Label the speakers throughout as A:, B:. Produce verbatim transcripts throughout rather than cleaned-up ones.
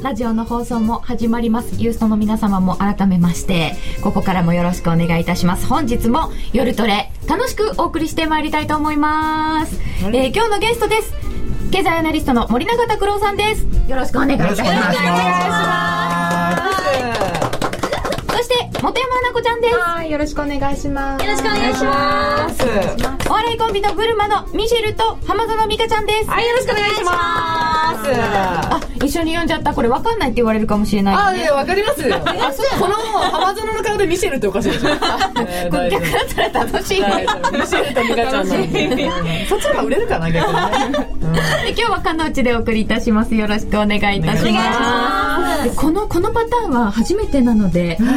A: ラジオの放送も始まります。ユーストの皆様も改めましてここからもよろしくお願いいたします。本日も夜トレ楽しくお送りしてまいりたいと思います、えー、今日のゲストです。経済アナリストの森永卓郎さんです。よろしくお願いいたします。そして本山花子ちゃんです。
B: はい、よろしくお願いします。
A: よろしくお願いします。お笑いコンビのブルマのミシェルと浜園美香ちゃんです。
B: はい、よろしくお願いします。
A: あ、一緒に読んじゃった。これ分かんないって言われるかもしれない、ね、
C: あ、いや、分かりますよ。あ、そう、この浜園の顔でミシェルっておかしいでしょ。
A: えー、これ逆だったら楽しい。ミシ
C: ェルと美香ちゃんのそっちの方が売れるかな、逆にね、うん、で
A: 今日はかのうちでお送りいたします。よろしくお願いいたします。でこのこのパターンは初めてなので、うん、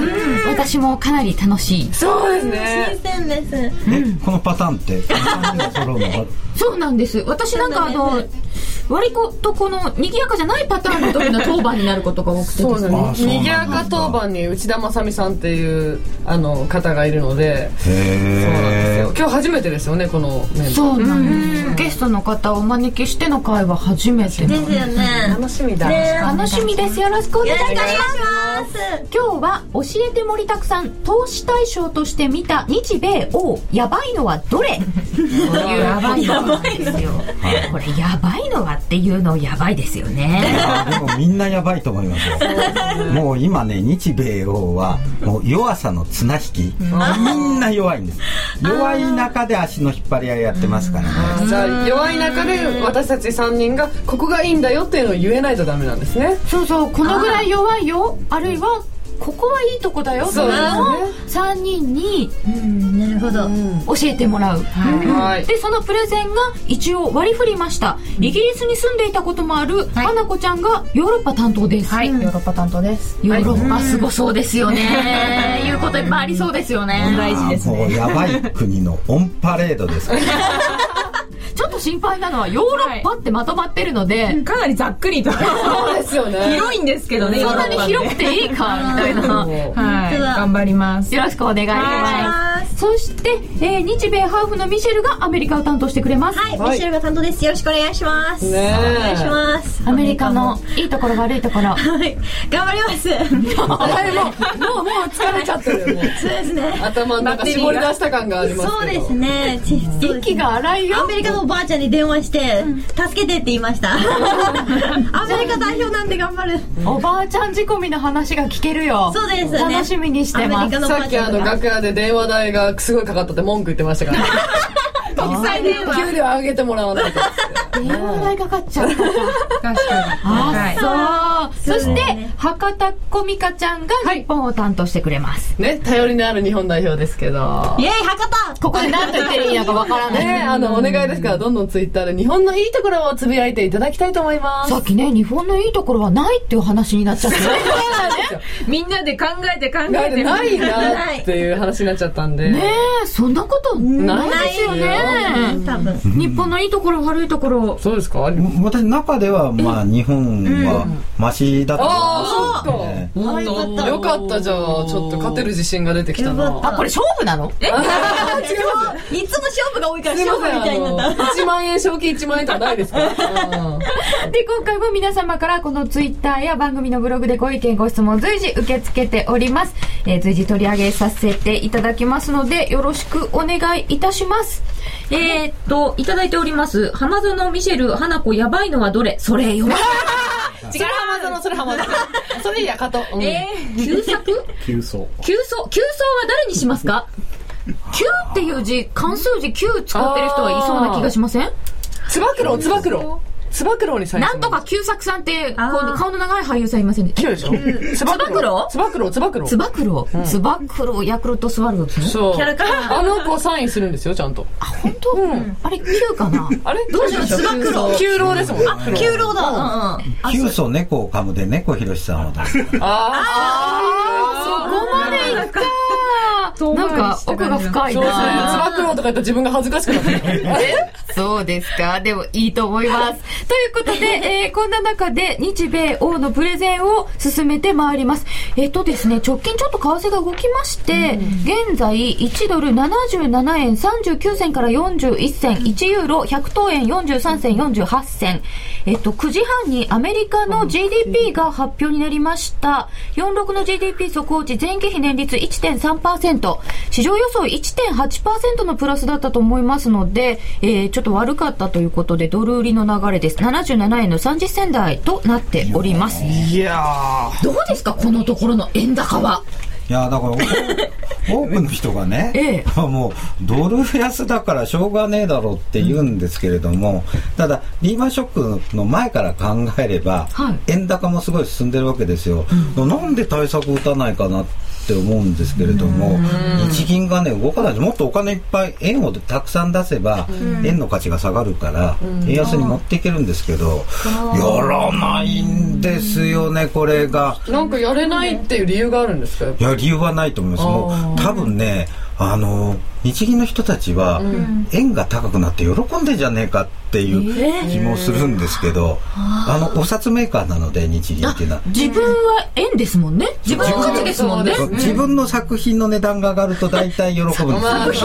A: 私もかなり楽しい。
C: そうですね、
D: 新鮮です。
E: え、このパターンって
A: そうなんです。私なんかあの割とこの賑やかじゃないパターンの時の当番になることが多くてですね。
C: そうなんです。賑やか当番に内田まさみさんっていうあの方がいるので、
E: へ
C: そうなんですよ。今日初めてですよね、このメンバー。
A: そうなんです。ゲストの方をお招きしての会は初めて
D: ですよね。
C: 楽しみだ、
A: ね、楽しみです。よろしくお願いいたします。今日は教えて森拓さん投資対象として見た日米欧やばいのはどれ
D: やばいのは
A: ですよ、はい、これやばいのはっていうのやばいですよね。
E: でもみんなやばいと思いますよ。もう今ね、日米欧はもう弱さの綱引き、みんな弱いんです。弱い中で足の引っ張り合いやってますからね。
C: じゃあ弱い中で私たちさんにんがここがいいんだよっていうのを言えないとダメなんですね。
A: そうそう、このぐらい弱いよ、あるいはここはいいとこだよ、
C: そうですね、
A: さんにんに、
D: うん、なるほど、
A: 教えてもらう、はい、でそのプレゼンが一応割り振りました。イギリスに住んでいたこともある花子ちゃんがヨーロッパ担当です。
B: はい、ヨーロッパ担当です。
A: ヨーロッパすごそうですよね。言うこといっぱいありそうですよね。
B: 大事ですね。
E: もうやばい国のオンパレードですから
A: ちょっと心配なのはヨーロッパってまとまってるので、
B: はい、かなりざっくりと
C: そうですよね、
B: 広いんですけどね、
A: そんなに広くていいかみたいな、はい、
B: 頑張ります。
A: よろしくお願いします。そして、えー、日米ハーフのミシェルがアメリカを担当してくれます。
D: はい、はい、ミシェルが担当です。よろしくお願いします、
C: ね、
D: お願いします。
A: アメリカのいいところ悪いところ、はい、
D: 頑張ります。
C: あれもうもうもう疲れちゃってるよね。
D: そうですね、
C: 頭の中絞り出した感がありますけど。
D: そうですね、
A: 息が荒いよ。
D: アメリカのおばあちゃんに電話して、うん、助けてって言いました。アメリカ代表なんで頑張る。
A: おばあちゃん仕込みの話が聞けるよ。
D: そうですね、
A: 楽しみにしてます。
C: さっきあの楽屋で電話代がすごいかかったって文句言ってましたから。
B: 国際電話
C: 給料上げてもらわないと。
A: 電話代かかっちゃう。確かに。あ、そう。そして博多小美香ちゃんが日本を担当してくれます。
C: ね、頼りのある日本代表ですけど。
D: イエーイ博多。
A: ここで何と言っていいのかわからない。
C: ね、あのお願いですからどんどんツイッターで日本のいいところをつぶやいていただきたいと思います。
A: さっきね、日本のいいところはないっていう話になっちゃって。
B: みんなで考えて考えて
C: ないなっていう話になっちゃったんで。
A: ねえ、そんなことないですよね。
D: 多分
A: 日本のいいところ悪いところ。
C: そうですか。
E: 私の中ではまあ日本はマシだと思います。
C: ああ、そうか。よかったじゃあちょっと勝てる自信が出てきたな。
A: あ、これ勝負なの？え？
D: 違います。いつも勝負が多いから勝負みたいになった。
C: いちまんえん賞金いちまんえんとかないですか？で
A: 今回も皆様からこのツイッターや番組のブログでご意見ご質問随時受け付けております。えー、随時取り上げさせていただきますのでよろしくお願いいたします。えー、っといただいております浜園ミシェル花子やばいのはどれ？それよ。
C: 違う、浜園、それ浜園。それいや、加藤。
A: うん、えー、旧作？
E: 急走。
A: 急走、急走は誰にしますか？きゅうっていう字、漢数字きゅう使ってる人はいそうな気がしません？
C: つば九郎、つば九郎。つば九郎にサインする。
A: なんとか旧作さんってこう顔の長い俳優さんいませんで
C: きゅうでしょ？つば九郎？つば九郎、つば九郎。
A: つば九郎。つば九郎、ヤクルトスワローズね。
C: そう。
D: キャラクター。
C: あの子サインするんですよ、ちゃんと。
A: あ、本当？うん。あれ、きゅうかな？
C: あれ？
A: どうしよう、つば九郎。
C: 九郎ですもん。
D: あ、九郎だ。うん
E: うん。九層猫を噛むで猫ひろしさんはだ。
C: ああ、
A: そこまでいくか。 なんか奥が深い
C: そうそう、つ
A: な。
C: ば九郎とか言ったら自分が恥ずかしくなって
A: そうですか。でもいいと思います。ということで、えー、こんな中で日米欧のプレゼンを進めてまいります。えっとですね、直近ちょっと為替が動きまして、うん、現在いちドルななじゅうななえんさんじゅうきゅうせんからよんじゅういっせん、いちユーロひゃくとうえんよんじゅうさんせんよんじゅうはちせん。えっと、くじはんにアメリカの ジーディーピー が発表になりました。よんじゅうろくの ジーディーピー 速報値前期比年率 いってんさんパーセント、市場予想 いってんはちパーセント のプラスだったと思いますので、えー、ちょっと悪かったということでドル売りの流れです。ななじゅうななえんのさんじゅっせん台となっております。
E: いや
A: どうですかこのところの円高は。
E: いやだから多くの人がね、ええ、もうドル安だからしょうがねえだろうって言うんですけれども、ただリーマンショックの前から考えれば、はい、円高もすごい進んでるわけですよ、うん、なんで対策打たないかなって思うんですけれども、日銀がね動かない。もっとお金いっぱい円をたくさん出せば円の価値が下がるから円安に持っていけるんですけど、やらないんですよねこれが。
C: なんかやれないっていう理由があるんですか？
E: いや理由はないと思います。もう多分ね、あの日銀の人たちは円が高くなって喜んでんじゃねえかっていう気もするんですけど、えー、あのお札メーカーなので日銀っていうのは
A: 自分は円ですもんね。自分の価値ですもんね。
E: 自分の作品の値段が上がると大体喜ぶんですよ。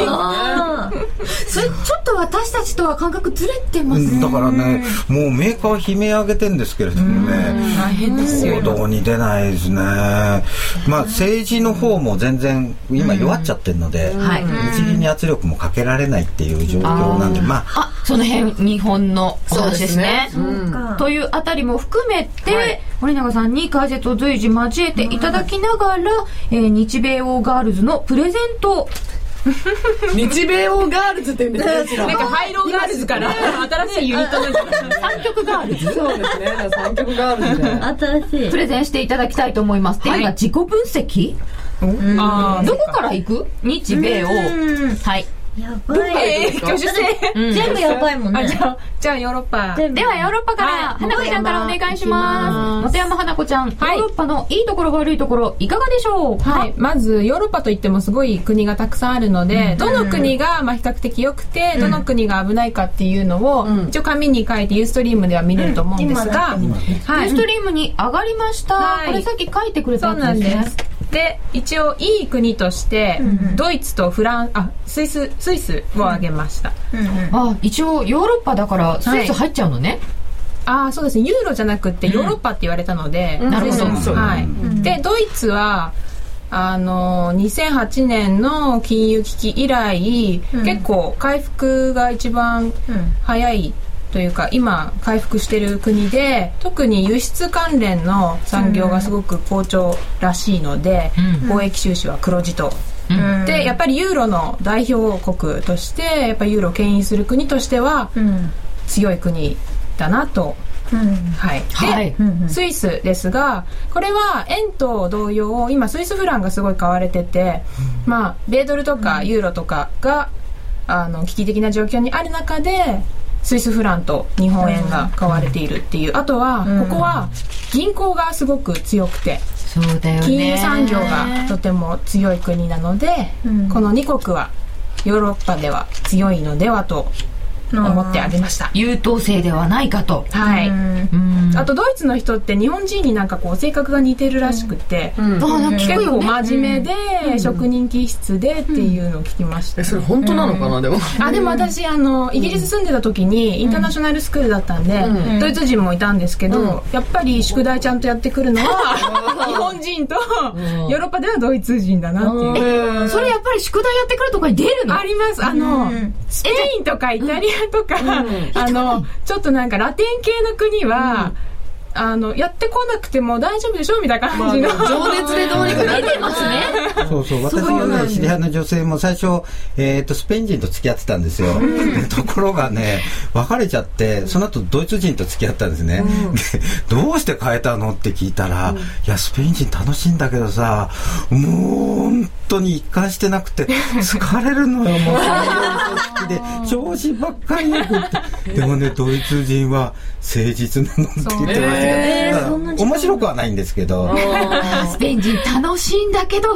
A: それちょっと私たちとは感覚ずれてますね。
E: だからね、もうメーカーは悲鳴上げてるんですけれどもね、
A: 大変ですよ。
E: 報道に出ないですね。まあ政治の方も全然今弱っちゃってるので、日銀に圧力もかけられないっていう状況なんで、まあ、
A: あその辺日本のお話ですね。
C: そうですね、うん、
A: というあたりも含めて、はい、森永さんに解説を随時交えていただきながら、えー、日米欧ガールズのプレゼント
C: 日米欧ガールズって言うんですね。
B: なんかハイローガールズから新しいユニットの
A: 三極ガールズ。
C: そうですね。三極ガールズで
D: 新しい
A: プレゼンしていただきたいと思います。はい、では自己分析。あどこから行く？日米欧。はい。
D: やばい、
B: えー、挙手制、
D: うん、全部やばいもんね。
B: あじゃあじゃあヨーロッパ
A: ではヨーロッパから花子ちゃんからお願いします。本山花子ちゃん、はい、ヨーロッパのいいところ悪いところいかがでしょう？
B: はい、まずヨーロッパといってもすごい国がたくさんあるので、うん、どの国がまあ比較的良くて、うん、どの国が危ないかっていうのを、うん、一応紙に書いてユーストリームでは見れると思うんですが、
A: うんはい、ユーストリームに上がりました、はい、これさっき書いてくれたやつですね。そうなんです。
B: で一応いい国として、うんうん、ドイツとフランあスイススイスを挙げました、
A: うんうんうん、あ一応ヨーロッパだからスイス入っちゃうのね、
B: はい、あそうですね。ユーロじゃなくてヨーロッパって言われたので、うん、なるほど、はい、うん、でドイツはあのにせんはちねんの金融危機以来、うん、結構回復が一番早いというか今回復してる国で、特に輸出関連の産業がすごく好調らしいので、うん、貿易収支は黒字と、うん、でやっぱりユーロの代表国としてやっぱりユーロを牽引する国としては強い国だなと、うん、はい、で、はい、スイスですが、これは円と同様今スイスフランがすごい買われてて、まあ米ドルとかユーロとかがあの危機的な状況にある中でスイスフランと日本円が買われているっていう、あとはここは銀行がすごく強くて、
A: そうだよね、
B: 金融産業がとても強い国なので、このに国はヨーロッパでは強いのではと思ってあげました。
A: 優等生ではないかと。
B: はい。うんあとドイツの人って日本人になんかこう性格が似てるらしくて、うん、結構真面目で、うん、職人気質でっていうのを聞きました。
C: えそれ本当なのかな、うん、でも。
B: あでも私あのイギリス住んでた時にインターナショナルスクールだったんで、うん、ドイツ人もいたんですけど、うん、やっぱり宿題ちゃんとやってくるのは日本人とヨーロッパではドイツ人だなっていう。
A: それやっぱり宿題やってくるとかに出るの？
B: あります。あの、うん、スペインとかイタリアとか、うん、あのちょっとなんかラテン系の国は、うん、あのやってこなくても大丈夫でしょみたいな感じの、
C: まあ、情熱でどうにか出てますね。
E: そうそう、私のね知り合いの女性も最初、えー、とスペイン人と付き合ってたんですよ、うん、ところがね別れちゃってその後ドイツ人と付き合ったんですね、うん、でどうして変えたのって聞いたら、うん、いやスペイン人楽しいんだけどさもう本当に一貫してなくて疲れるのよもう好きで調子ばっかりよくってでもねドイツ人は誠実なのって言ってましたけど、えー、面白くはないんですけど
A: スペイン人楽しいんだけど疲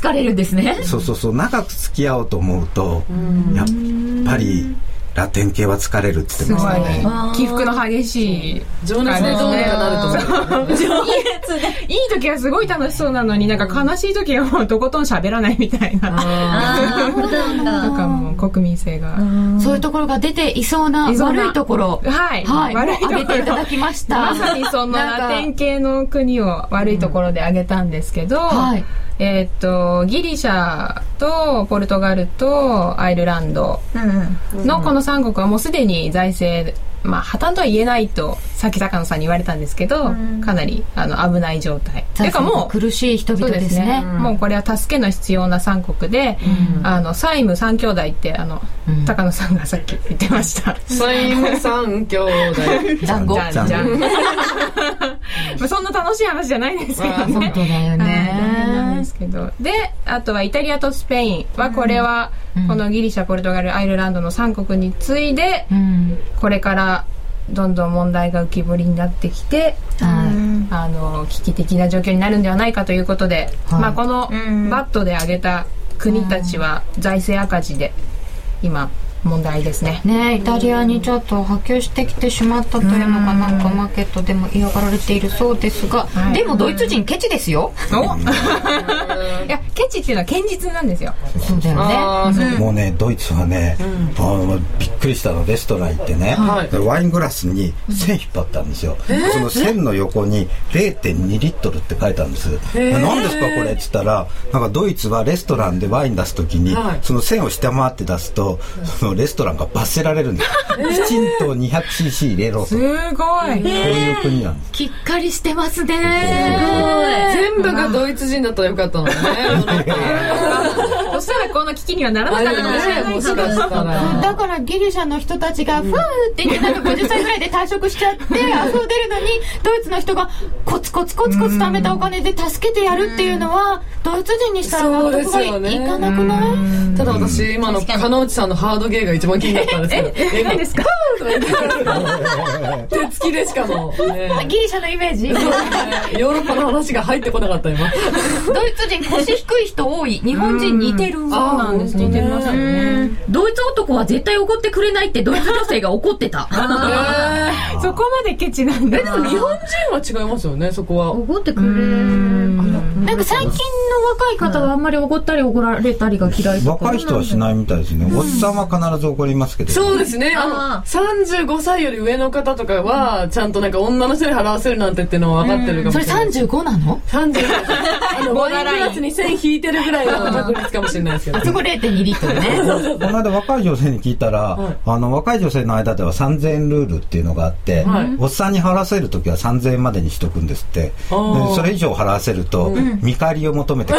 A: かれるんですね。
E: そうそうそう、長く付き合おうと思うとやっぱりラテン系は疲れるって言ってましたね。
B: 起伏の激しい
C: 情熱でどうにかなると思う。いい
B: 時はすごい楽しそうなのに、なんか悲しい時はもうとことん喋らないみたいな。なんかもう国民性が
A: そういうところが出ていそうな悪いところ、
B: はい、
A: はい、
B: 悪いところ
A: 挙げていただきました。
B: まさにそのラテン系の国を悪いところで挙げたんですけど、はい、えー、っとギリシャとポルトガルとアイルランドのこのさん国はもうすでに財政、まあ、破綻とは言えないとさっき高野さんに言われたんですけど、かなりあの危ない状態
A: というかもう苦しい人々ですね。
B: うん、もうこれは助けの必要なさん国で、うん、あの債務さん兄弟ってあの、うん、高野さんがさっき言ってました。
C: 債務さん兄弟
B: 団子じゃんじゃんそんな楽しい話じゃないですけどね。
A: 本当だよね。
B: なんですけど、であとはイタリアとスペインはこれは、うん、このギリシャポルトガルアイルランドのさん国に次いで、うん、これからどんどん問題が浮き彫りになってきて、うん、あの危機的な状況になるんではないかということで、はい、まあ、このバットで挙げた国たちは財政赤字で今問題ですね。
A: ね、イタリアにちょっと波及してきてしまったというのがなんかマーケットでも嫌がられているそうですが、はい、でもドイツ人ケチですよ。
B: いやケチっていうのは堅実なんですよ。
A: そうだよね。
E: もうねドイツはね、うん、あのびっくりしたの。レストラン行ってね、はい、ワイングラスに線引っ張ったんですよ。その線の横に れいてんに リットルって書いたんです。何ですかこれって言ったら、なんかドイツはレストランでワイン出すときに、はい、その線を下回って出すとそのレストランが罰せられるんです。きちんと にひゃくシーシー 入れろと。
B: すごい。
E: そういう国なんです。
A: きっかりしてますね。
C: 全部がドイツ人だったらよかったのね。
B: そしたらこの危機にはならなかったかもしれない。もしかしたら。
A: だからギリシャの人たちがふーって言ってなんかごじゅっさいぐらいで退職しちゃって遊んでるのに、ドイツの人がコツコツコツコツ貯めたお金で助けてやるっていうのはドイツ人にしたら納得がいかなくない？
C: ただ私今の加納内さんのハードゲーが一番気になったんですけど、
B: え何ですか？
C: 手つきでしかも、
A: ね、ギリシャのイメージ、
C: ヨーロッパの話が入ってこなかった今。
A: ドイツ人腰低い人多い。日本人似てる。そう
B: なんです。似てますよね。
A: ドイツ男は絶対怒ってくれないってドイツ女性が怒ってた。
B: そこまでケチなんだ。
C: えでも日本人は違いますよね。そこは
A: 怒ってくれる。なんか最近の若い方はあんまり怒ったり怒られたりが嫌いとか。
E: 若い人はしないみたいですね。おっさんは必ず怒りますけど、ね、
C: そうですね。あのさんじゅうごさいより上の方とかはちゃんとなんか女の人に払わせるなんてっていうのは分かってるかもしれない。
A: それさんじゅうごなの？
C: さんじゅうごあのワイングラスに線引いてるぐらいの確率かもしれないですけど。
A: あそこ れいてんに リットルね。
E: この間若い女性に聞いたら、はい、あの若い女性の間ではさんぜんえんルールっていうのがあって、はい、おっさんに払わせるときはさんぜんえんまでにしとくんですって。それ以上払わせると、うん、見返りを求めて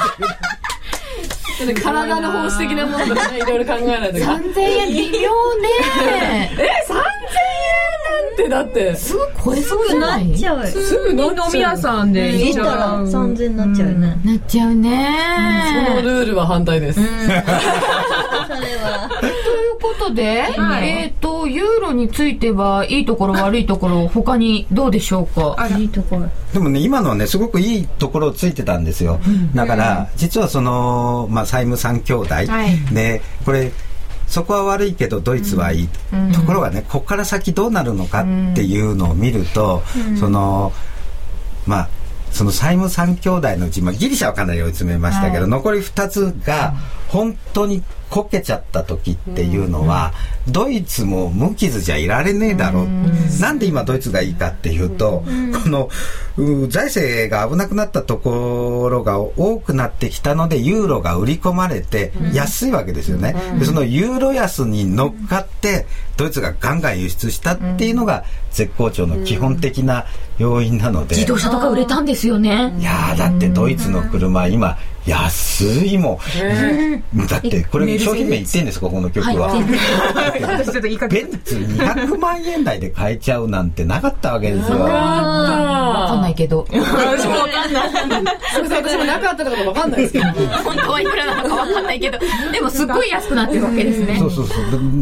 C: 体の本質的なものとかね、いろいろ考えないと。
A: さんぜんえん微妙ね。
C: え、さんぜんえんなんてだって
A: すぐ超えそうじゃない？
D: すぐなっちゃう。
C: すぐ飲
B: み屋さんで
D: 行ったらさんぜんえんになっちゃうよね。
A: なっちゃうね。
C: そのルールは反対です。それ
A: は。ということで、はい、えっとユーロについてはいいところ悪いところ他にどうでしょうか？
D: あ、いいところ。
E: でもね今のはねすごくいいところついてたんですよ。うん、だから実はそのまあ債務三兄弟、はい、でこれそこは悪いけどドイツはいい、うん、ところがねここから先どうなるのかっていうのを見ると、うん、そのまあその債務三兄弟のうち、まあ、ギリシャはかなり追い詰めましたけど、はい、残りふたつが本当にこけちゃった時っていうのは、うん、ドイツも無傷じゃいられねえだろう、うん、なんで今ドイツがいいかっていうと、うん、この財政が危なくなったところが多くなってきたのでユーロが売り込まれて安いわけですよね、うん、でそのユーロ安に乗っかってドイツがガンガン輸出したっていうのが絶好調の基本的な要因なので、
A: 自動車とか売れたんですよね。
E: いやだってドイツの車今安いもん、だってこれ商品名言っていいんですか、この曲は。ベンツにひゃくまんえん台で買えちゃうなんてなかったわけですよ。
A: わかんないけど。
B: 私もわかんない。
C: 私もなかったことわかんないですけど。
A: 本当はいくらなのかわかんないけど、でもすっごい安くなってるわけですね。
E: そうそうそう。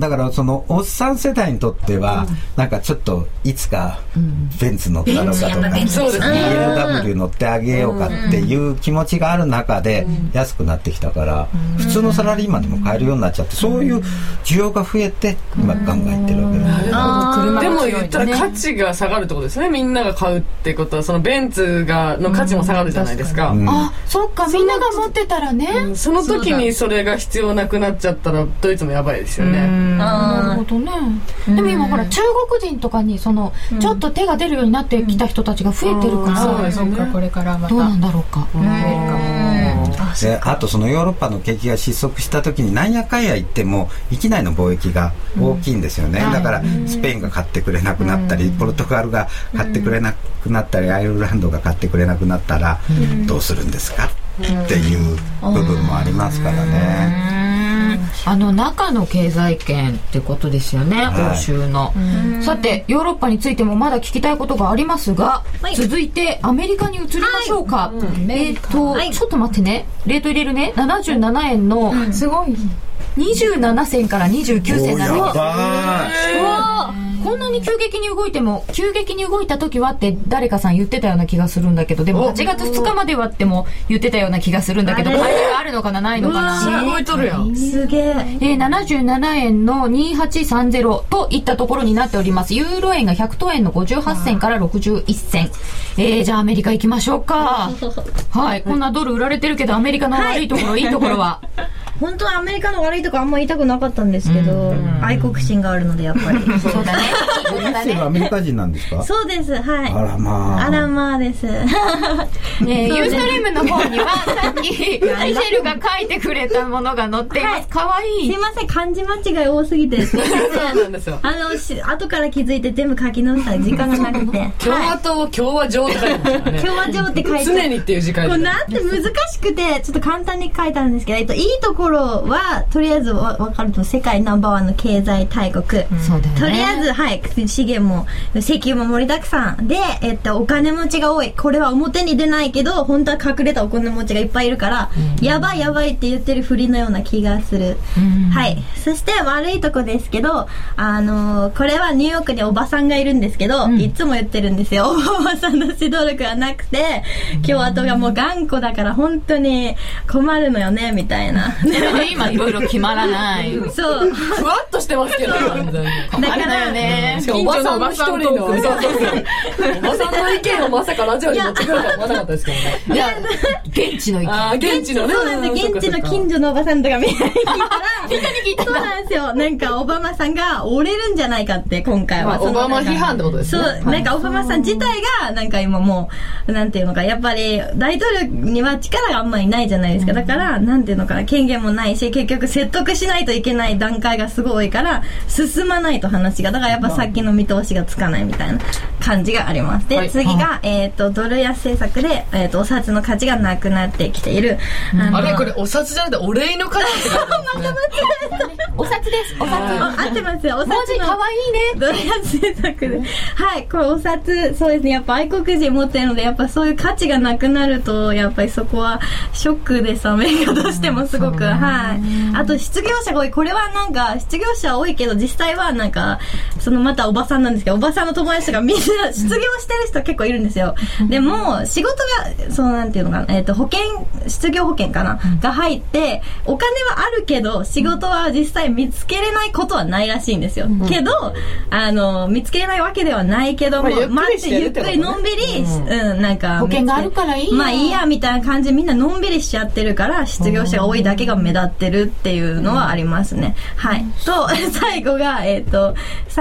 E: だからそのおっさん世代にとっては、なんかちょっといつかベンツ乗ったのかとか、ビーエムダブリュー 乗ってあげようかっていう気持ちがある中で安くなってきたから、普通のサラリーマンでも買えるようになっちゃって、そういう需要が増えて今ガンガンいってるわけです。
C: でも言ったら価値が下がるってことですね。みんなが買うってことは、そのベンツがの価値も下がるじゃないですか。
A: うん、あ、そっか、みんなが持ってたらね、
C: うん、その時にそれが必要なくなっちゃったらドイツもやばいですよね。
A: なるほどね。でも今ほら中国人とかにそのちょっと手が出るようになってきた人たちが増えてるから、
B: そうですね、これからまた
A: どうなんだろうか。
E: で、あとそのヨーロッパの景気が失速した時になんやかんや言っても域内の貿易が大きいんですよね。だからスペインが買ってくれなくなったり、ポルトガルが買ってくれなくなったり、アイルランドが買ってくれなくなったらどうするんですかっていう部分もありますからね。
A: あの中の経済圏ってことですよね、欧州の。さてヨーロッパについてもまだ聞きたいことがありますが、はい、続いてアメリカに移りましょうか。はい、えっ、ー、と、はい、ちょっと待ってね、レート入れるね、ななじゅうななえんの、うん、すごいにじゅうななせんからにじゅうきゅうせんなんです。こんなに急激に動いても、急激に動いた時はって誰かさん言ってたような気がするんだけど、でもはちがつふつかまではっても言ってたような気がするんだけど、関係があるのかな、ないのかな。
C: すごいとるやん。
D: すげえ。
A: えー、ななじゅうななえんのにせんはっぴゃくさんじゅうといったところになっております。ユーロ円がひゃくとえんのごじゅうはっせんからろくじゅういっせん。えー、じゃあアメリカ行きましょうか。はい、こんなドル売られてるけど、アメリカの悪いところ、はい、いいところは
D: 本当はアメリカの悪いところあんま言いたくなかったんですけど、愛国心があるのでやっぱり
A: そうだね。
E: アメリカ人なんですか？
D: そうです、はい。
E: あらまあ。
D: あらまあです。
A: えー、ユーストリームの方にはさっきミシェルが書いてくれたものが載っています。かわいい。
D: すいません、漢字間違い多すぎて。そう
C: なんですよ。
D: あのし後から気づいて全部書き直したら時間がなくて。
C: 共和党を共和上って書いてますからね。
D: 共和上って書いて。
C: 常にっていう字書いて。
D: これなんて難しくてちょっと簡単に書いたんですけど、えっといいところはとりあえずわ分かると世界ナンバーワンの経済大国。
A: そうだよね。
D: とりあえずはい資源も石油も盛りだくさんで、えっと、お金持ちが多い。これは表に出ないけど本当は隠れたお金持ちがいっぱいいるから、うん、やばいやばいって言ってるふりのような気がする、うん、はい。そして悪いとこですけど、あのー、これはニューヨークにおばさんがいるんですけど、うん、いつも言ってるんですよ。おばさんの指導力がなくて共和党がもう頑固だから本当に困るのよねみたいな。
A: 今いろいろ決まらない。
D: そう。
C: ふわっとしてますけど。だ
A: からよね。
C: しかもおばさんの一人のおばさんの意見をまさかラジオに持ってくるとは思わなかったですけどね。
A: いや、現地の意見。
C: あ、現地のね。
D: そうなんです。現地の近所のおばさんとかみんなに聞いたら、
A: みんなに聞いた。
D: そうなんですよ。なんかオバマさんが折れるんじゃないかって今回は。
C: オバマ批判ってことですね。
D: そう、なんかオバマさん自体がなんか今もうなんていうのか、やっぱり大統領には力があんまりないじゃないですか。だからなんていうのかな、権限もないし、結局説得しないといけない段階がすごい多いから進まないと話が。だからやっぱ先の見通しがつかないみたいな感じがあります。で、はい、次が、えっ、ー、とドル安政策で、えっ、ー、とお札の価値がなくなってきている。
C: あ, あれこれお札じゃなくてお礼の価値って書いてますね。
A: お札です。お札。
D: 合ってますよ。お札の
A: 文字可愛いね。
D: ドル安政策で。はい、これお札、そうですね。やっぱ愛国人持ってるので、やっぱそういう価値がなくなると、やっぱりそこはショックです。アメリカとしてもすごく、はい。あと失業者が多い。これはなんか失業者多いけど実際はなんかそのまたおばさんなんですけど、おばさんの友達がみんな失業してる人結構いるんですよ。でも仕事がそうなんていうのかな、えっと保険、失業保険かなが入ってお金はあるけど仕事は実際見つけれないことはないらしいんですよ。けどあの見つけれないわけではないけども、待ってゆっくりのんびり、うん、なんか
A: 保険があるからいいよ、
D: まあいいやみたいな感じでみんなのんびりしちゃってるから失業者が多いだけが目立ってるっていうのはありますね。はい。と最後がえっと債務上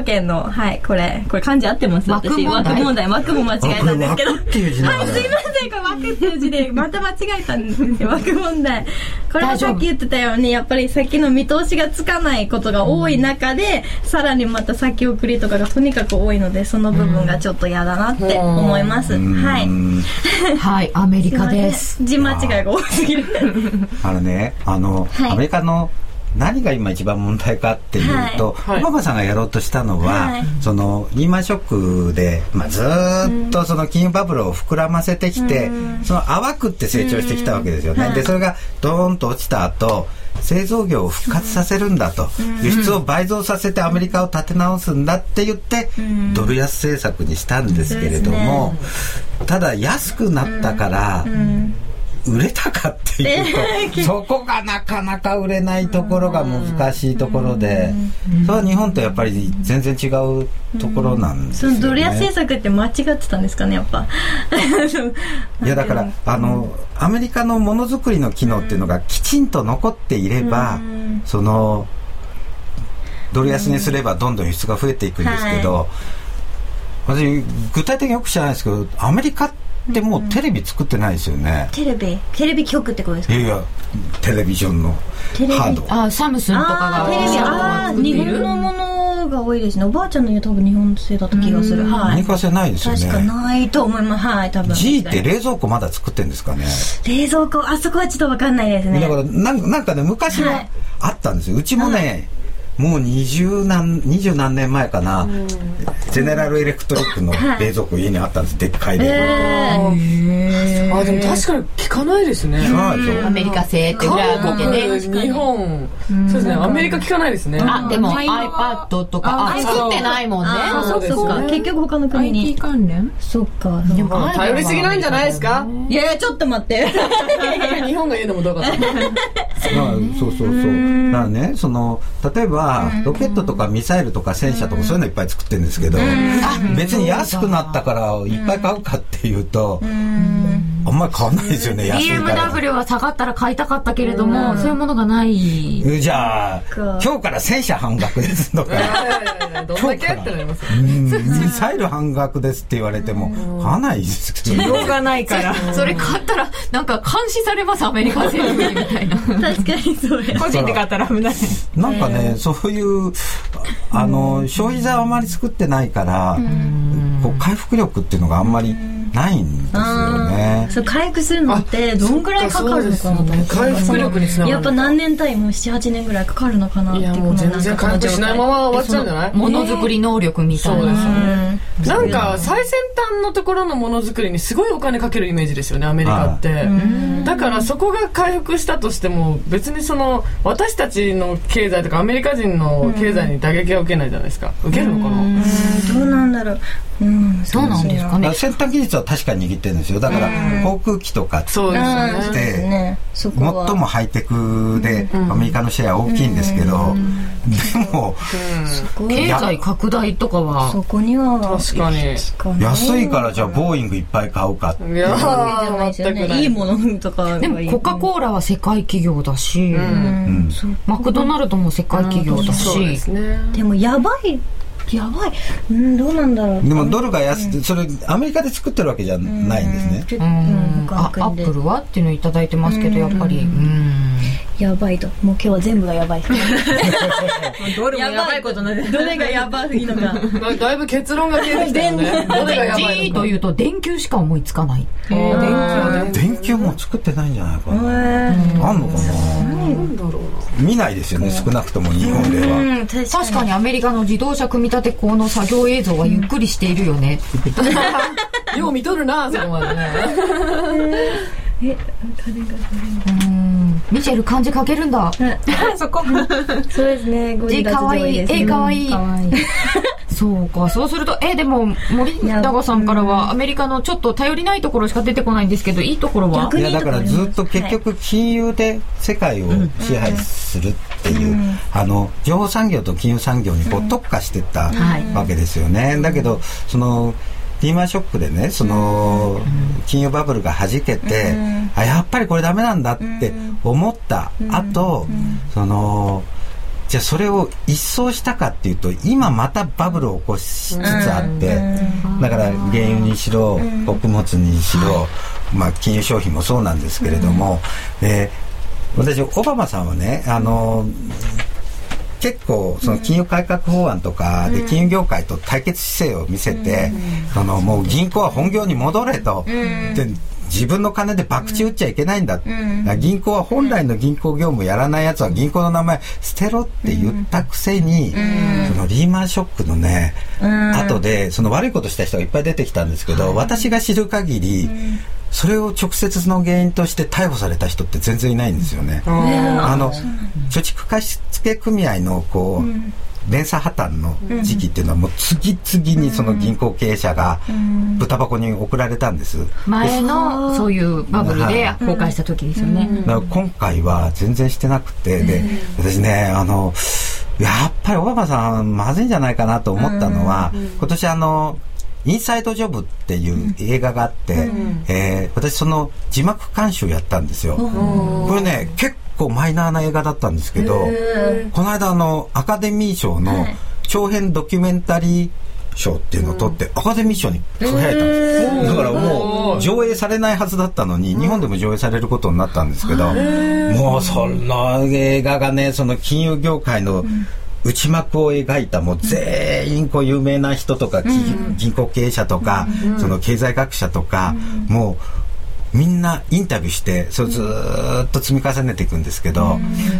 D: 証券の、はい、これ、これ漢字合ってます？私、枠問題、枠も間違えたんですけど。
E: 枠っていう字なのね。
D: はい、すいません、これ枠っていう字で、また間違えたんですよ、枠問題。これはさっき言ってたように、やっぱり先の見通しがつかないことが多い中で、うん、さらにまた先送りとかがとにかく多いので、その部分がちょっと嫌だなって思います。うん、はい。
A: はい、アメリカです。
D: 字間違いが多すぎる。
E: あのね、あの、はい、アメリカの何が今一番問題かっていうと、はい、オバマさんがやろうとしたのは、はい、そのリーマンショックで、まあ、ずっとその金融バブルを膨らませてきて、うん、その淡くって成長してきたわけですよね、うん、でそれがドーンと落ちた後、製造業を復活させるんだと、うん、輸出を倍増させてアメリカを立て直すんだって言って、うん、ドル安政策にしたんですけれども、うん、ただ安くなったから、うんうん売れたかっていうと、そこがなかなか売れないところが難しいところで、それは日本とやっぱり全然違うところなんですよね。
D: そのドル安政策って間違ってたんですかね、やっぱ。
E: いやだからあのアメリカのものづくりの機能っていうのがきちんと残っていれば、そのドル安にすればどんどん輸出が増えていくんですけど、私具体的によく知らないですけど、アメリカってでもうテレビ作ってないですよね。
D: テレビテレビ局ってことですか？
E: いやいやテレビジョンのハード。
A: あサムスンとかが
D: あテレビあ日本のものが多いですね。おばあちゃんの家多分日本製だった気がする。はい。
E: アメリカ製ないですよね。
D: 確かないと思います。はい多分。
E: G って冷蔵庫まだ作ってんですかね。
D: 冷蔵庫あそこはちょっと分かんないですね。
E: だからなんなんかね昔はあったんですよ。うちもね。はいもう二十何二十何年前かな、うん、ゼネラルエレクトリックの冷蔵庫家にあったんです、でっかい冷蔵庫、
C: えー、あでも確かに聞かないですね。
A: アメリカ製って裏見てね。
C: 日本そうですね、アメリカ聞かないですね。
A: あでも iPad とかあ作ってないもんね。
D: あそうですか。結局他の国に
B: アイティー 関連
D: そっか。
C: でも頼りすぎなんじゃないですか。
D: いやいやちょっと待って
C: 日本が言うのもどうかった
E: そうそうそうだからねその例えばロケットとかミサイルとか戦車とかそういうのいっぱい作ってるんですけど、別に安くなったからいっぱい買うかっていうとあんまり買わないですよね。安いから
A: ビーエムダブリュー は下がったら買いたかったけれどもそういうものがない。
E: じゃあ今日から戦車半額ですとか
C: どんだけってなります
E: ミサイル半額ですって言われても買わないですけど
B: 需要がないから
A: それ買ったらなんか監視されますアメリカ政府みたいな確
D: かにそうや
B: 個人で買ったら危ない
E: なんかねそういうあの消費財はあまり作ってないからこう回復力っていうのがあんまりないんですよね。
D: そう回復するのってどんぐらいかかるのかなと思って、
C: 回復力につながる
D: やっぱ何年単位もななはちねんぐらいかかるのかなっていう。いや
C: もう全然回復しないまま終わっちゃうんじゃない？
A: ものづくり能力みたいな。
C: そうですよね。なんか最先端のところのものづくりにすごいお金かけるイメージですよねアメリカって。だからそこが回復したとしても別にその私たちの経済とかアメリカ人の経済に打撃は受けないじゃないですか。受けるのかな。
D: うんどうなんだろう。うん、
A: そうなんですかね。
E: 先端技術は確かに握ってるんですよ。だから航空機とかって
C: そうです
D: ね。
E: 最もハイテクでアメリカのシェア大きいんですけど、でも
A: 経済拡大とかは
D: そこには
C: 確かに
E: 安いからじゃあボーイングいっぱい買うかって。いや
D: 全くないいいものとか。
A: でもコカ・コーラは世界企業だし、マクドナルドも世界企業だし、
D: でもやばい。やばい、うん、どうなんだろう。
E: でもドルが安くて、それアメリカで作ってるわけじゃないんですね。
A: うん、あ、アップルはっていうのをいただいてますけど、やっぱり、うん、
D: やばいと。もう今日は全部がやばい。
B: どれもやばいことなんで
D: どれがやばいのか。
C: だいぶ結論が見えてきたよね。どれがやばいのか。
A: というと電球しか思いつかない。
E: 電球も作ってないんじゃないかな。あんのかな。なんだろうな。見ないですよね。少なくとも日本では。
A: 確かにアメリカの自動車組み立て工の作業映像はゆっくりしているよね。
C: よう見とるなそこまでね。
D: え、
A: 金がうん、ミシェル漢字書けるんだ。
D: そこ。そうですね。
A: 字かわいい。え、かわいい。そうか。そうするとえでも森永さんからはアメリカのちょっと頼りないところしか出てこないんですけど、いいところは。
E: いやだからずっと結局金融で世界を支配するっていう、うん、あの情報産業と金融産業にこう特化していったわけですよね。うん、だけどそのリーマンショックでねその金融バブルが弾けて、うん、あやっぱりこれダメなんだって思った後、うん、そのじゃあそれを一掃したかっていうと今またバブルを起こしつつあって、だから原油にしろ穀物にしろ、まあ、金融商品もそうなんですけれども、えー、私オバマさんはねあの結構その金融改革法案とかで金融業界と対決姿勢を見せて、あのもう銀行は本業に戻れと、で自分の金で博打打っちゃいけないんだ、うん、銀行は本来の銀行業務やらないやつは銀行の名前捨てろって言ったくせに、うん、そのリーマンショックのね、うん、後でその悪いことした人がいっぱい出てきたんですけど、うん、私が知る限り、うん、それを直接の原因として逮捕された人って全然いないんですよね、うん、あの貯蓄貸付組合のこう、うん連鎖破綻の時期っていうのはもう次々にその銀行経営者が豚箱に送られたんです。
A: 前のそういうバブルで崩壊した時ですよね。
E: だから今回は全然してなくて、で私ねあのやっぱりオバマさんまずいんじゃないかなと思ったのは、今年あのインサイドジョブっていう映画があって、うんえー、私その字幕監修やったんですよ。これね結構マイナーな映画だったんですけど、この間あのアカデミー賞の長編ドキュメンタリー賞っていうのを取って、うん、アカデミー賞に輝いたんです。だからもう上映されないはずだったのに日本でも上映されることになったんですけど、もうその映画がねその金融業界の内幕を描いたもう全員こう有名な人とか、うん、銀行経営者とか、うん、その経済学者とか、うん、もうみんなインタビューしてそれずっと積み重ねていくんですけど、うん、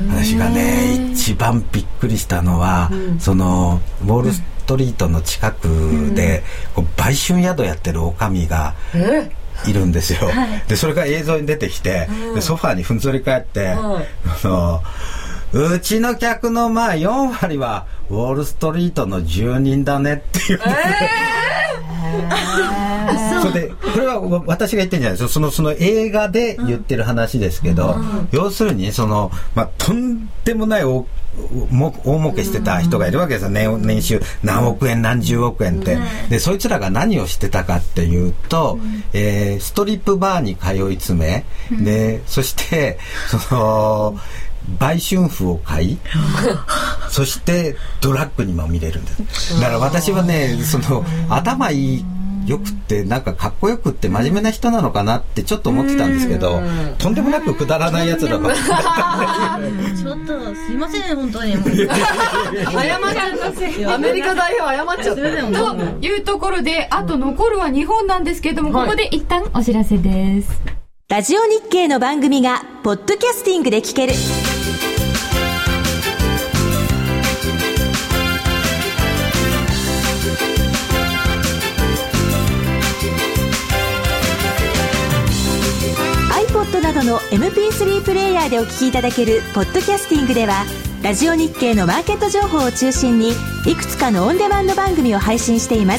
E: 私がね一番びっくりしたのは、うん、そのウォールストリートの近くで、うん、こう売春宿やってる女将がいるんですよ、はい、でそれが映像に出てきて、うん、でソファーにふんぞり返って、はい、あのうちの客のまあよんわりはウォールストリートの住人だねっていう、えー、それでこれは私が言ってるんじゃないですよ、そのその映画で言ってる話ですけど、うん、要するにその、まあ、とんでもない大も大儲けしてた人がいるわけですよ、年、年収何億円何十億円って、でそいつらが何をしてたかっていうと、えー、ストリップバーに通い詰め、でそしてその売春婦を買いそしてドラッグにまみれるんです。だから私はねその頭いいよくってなんかかっこよくって真面目な人なのかなってちょっと思ってたんですけど、とんでもなくくだらないやつだから
D: ちょっとすいません本当にもう
C: 謝っちゃったアメリカ代表謝っちゃった
A: というところで、あと残るは日本なんですけれども、ここで一旦お知らせです。
F: ラジオ日経の番組がポッドキャスティングで聞ける。iPod などの エムピースリー プレイヤーでお聞きいただけるポッドキャスティングでは、ラジオ日経のマーケット情報を中心にいくつかのオンデマンド番組を配信しています。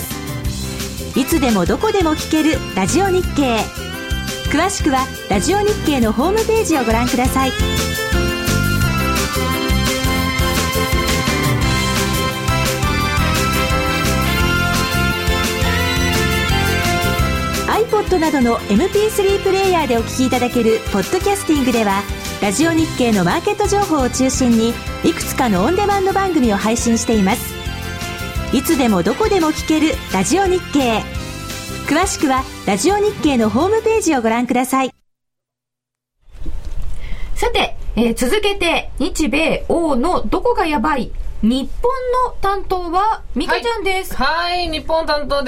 F: いつでもどこでも聞けるラジオ日経。詳しくはラジオ日経のホームページをご覧ください。iPod などの エムピースリー プレイヤーでお聞きいただけるポッドキャスティングでは、ラジオ日経のマーケット情報を中心にいくつかのオンデマンド番組を配信しています。いつでもどこでも聞けるラジオ日経。詳しくはラジオ日経のホームページをご覧ください。
A: さて、えー、続けて日米欧のどこがやばい、日本の担当はミカちゃんです。
C: はい、はい、日本担当です。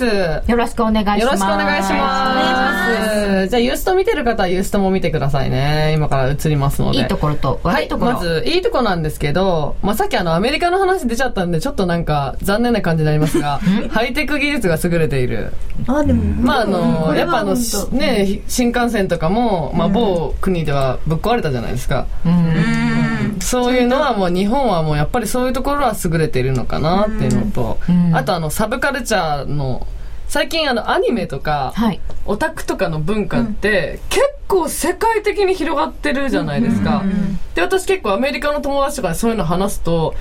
A: よろしくお願いします。
C: よろしくお願いします。じゃあユースト見てる方はユーストも見てくださいね。今から移りますので。
A: いいところと悪いところ。
C: はい、まずいいところなんですけど、まあ、さっきあのアメリカの話出ちゃったんでちょっとなんか残念な感じになりますがハイテク技術が優れている。
D: あ、でも
C: まああのやっぱあのね新幹線とかもまあ某国ではぶっ壊れたじゃないですか。うん、そういうのはもう日本はもうやっぱりそういうところは優れているのかなっていうのと、うん、あとあのサブカルチャーの最近あのアニメとか、はい、オタクとかの文化って、うん、結構世界的に広がってるじゃないですか、うん、で私結構アメリカの友達とかでそういうの話すと、うん、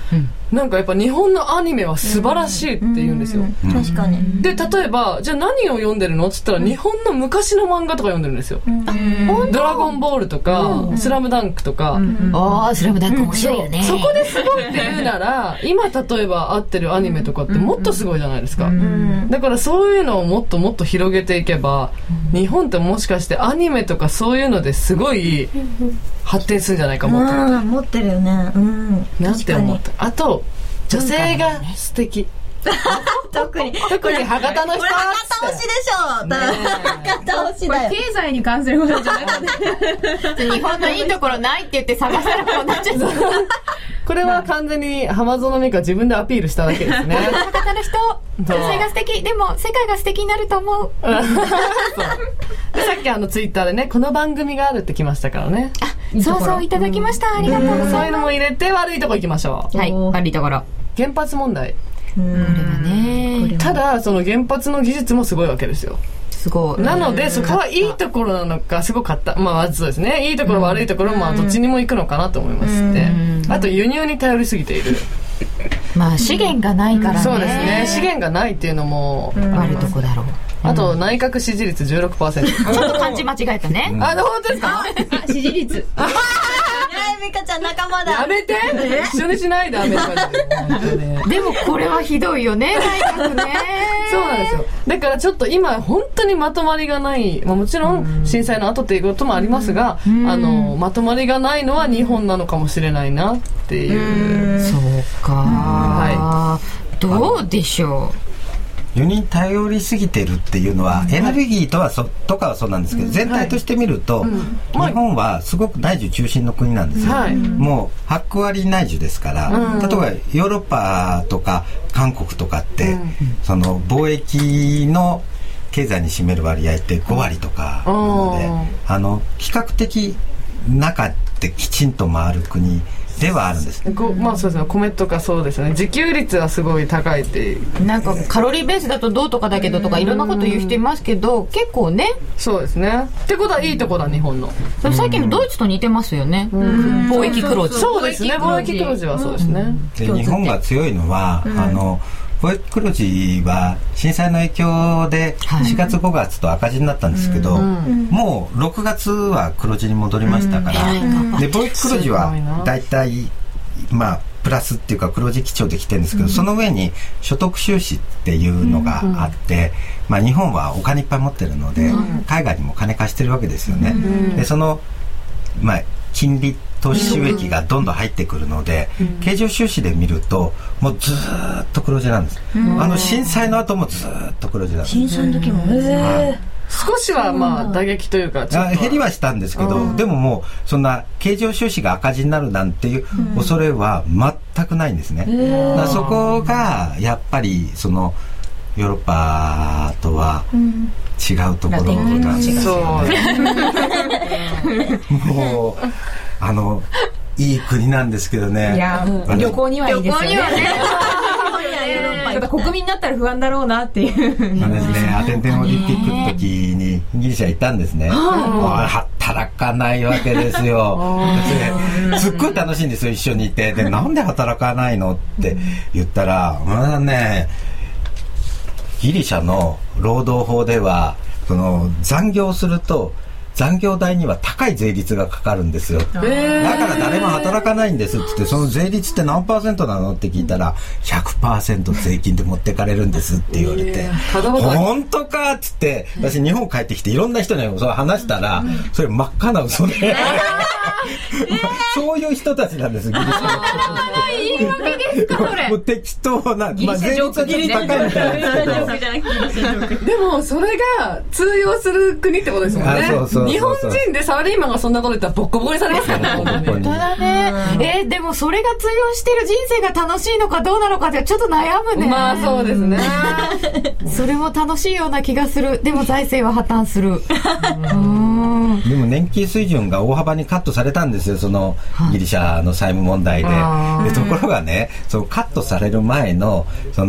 C: なんかやっぱ日本のアニメは素晴らしいって言うんですよ、
D: うん、確かに。
C: で例えばじゃあ何を読んでるのって言ったら、日本の昔の漫画とか読んでるんですよ、うん、ドラゴンボールとか、うん、スラムダンクとか、うん、
A: ああスラムダンク面白いよね、
C: そこですごいって言うなら今例えば合ってるアニメとかってもっとすごいじゃないですか、うん、だからそういうのをもっともっと広げていけば、うん、日本ってもしかしてアニメとかそういうのですごい発展するんじゃないかもって、
D: うん、持ってるよね、うん、
C: なんて思った。あと女性が素敵
D: 特に
C: 特に博多の人
D: これ博多推しでしょ、ね、博多推しだよ。
B: これ経済に関することじゃなくて
A: 日本のいいところないって言って探せることになっちゃう
C: これは完全に浜園美香自分でアピールしただけですね
A: 博多の人女性が素敵でも世界が素敵になると思うそう
C: でさっきあのツイッターでねこの番組があるって来ましたからね。
A: あそうそういただきました、ありがとうございます。
C: そういうのも入れて悪いとこ行きましょう。
A: はい、悪いところ
C: 原発問題。
A: これはね、
C: ただその原発の技術もすごいわけですよ。
A: すごい。
C: なのでそこはいいところなのかすごかった、まあまずそうですね、いいところ悪いところまあどっちにも行くのかなと思いまして、あと輸入に頼りすぎている。
A: まあ資源がないからね、
C: そうですね、資源がないっていうのも
A: 悪いとこだろう。
C: あと内閣支持率 じゅうろくパーセント
A: ちょっと漢字間違えたね、
C: うん、あ本当ですか
B: 支持率
D: 美香ちゃん仲間だ。
C: やめて一緒にしないでアメリカで
A: でもこれはひどいよね内閣ね
C: そうなんですよ。だからちょっと今本当にまとまりがない、まあ、もちろん震災の後っていうこともありますが、うん、あのまとまりがないのは日本なのかもしれないなっていう、
A: うん、そうか、はい、どうでしょう。
E: 輸入に頼りすぎてるっていうのは、うん、エネルギーとはそとかはそうなんですけど、うん、全体として見ると、はい、日本はすごく内需中心の国なんですよ、はい、もうはち割内需ですから、うん、例えばヨーロッパとか韓国とかって、うん、その貿易の経済に占める割合ってご割とかなので、うん、あの比較的中ってきちんと回る国ではあるんです、
C: まあそうですね、米とかそうですね、自給率はすごい高いっていう、
A: なんかカロリーベースだとどうとかだけどとかいろんなこと言う人いますけど、結構ね、
C: そうですね、ってことはいいとこだ日本の。
A: 最近のドイツと似てますよね、貿易黒字。
C: そうですね、貿易黒字はそうですね。
E: で日本が強いのは、うん、あの貿易黒字は震災の影響でしがつごがつと赤字になったんですけど、うん、もうろくがつは黒字に戻りましたから、うん、で貿易黒字はだいたいまあプラスっていうか黒字基調できてるんですけど、うん、その上に所得収支っていうのがあって、うん、まあ、日本はお金いっぱい持ってるので、うん、海外にも金貸してるわけですよね、うん、でその、まあ、金利投資収益がどんどん入ってくるので、うん、経常収支で見るともうずーっと黒字なんです、うん、あの震災の後もずーっと黒字なんです。
D: 震災の時も、へー、
C: 少しはまあ打撃というかちょっと
E: 減りはしたんですけど、うん、でももうそんな経常収支が赤字になるなんていう恐れは全くないんですね、うん、だからそこがやっぱりそのヨーロッパとは違うところなんですよね。もうあのいい国なんですけどね。
B: いや旅行にはいいですよね。国民になったら不安だろうなっていう。
E: まあですね、アテネオリンピックの時にギリシャ行ったんですね。働かないわけですよ。すっごい楽しいんですよ、一緒にいて。で、なんで働かないのって言ったら、まあね、ギリシャの労働法ではその残業すると残業代には高い税率がかかるんですよ。だから誰も働かないんですって言って、その税率って何パーセントなのって聞いたら ひゃくパーセント 税金で持ってかれるんですって言われて、本当かっつって、私日本帰ってきていろんな人にそれ話したら、それ真っ赤な嘘でそういう人たちなんです、ギリシャの。
A: 言い訳ですかそれ。
E: もう適当な、まあ、税率はちょっと高いみたいですけどで
C: もそれが通用する国ってことですもんね。
E: そうそうそう、
C: 日本人でサラリーマンがそんなこと言ったらボッコボコにされますからね。
A: 本当だね。えー、でもそれが通用してる人生が楽しいのかどうなのかってちょっと悩むね。
C: まあそうですね。
A: それも楽しいような気がする。でも財政は破綻する。
E: でも年金水準が大幅にカットされたんですよ、そのギリシャの債務問題で。でところがね、そのカットされる前のその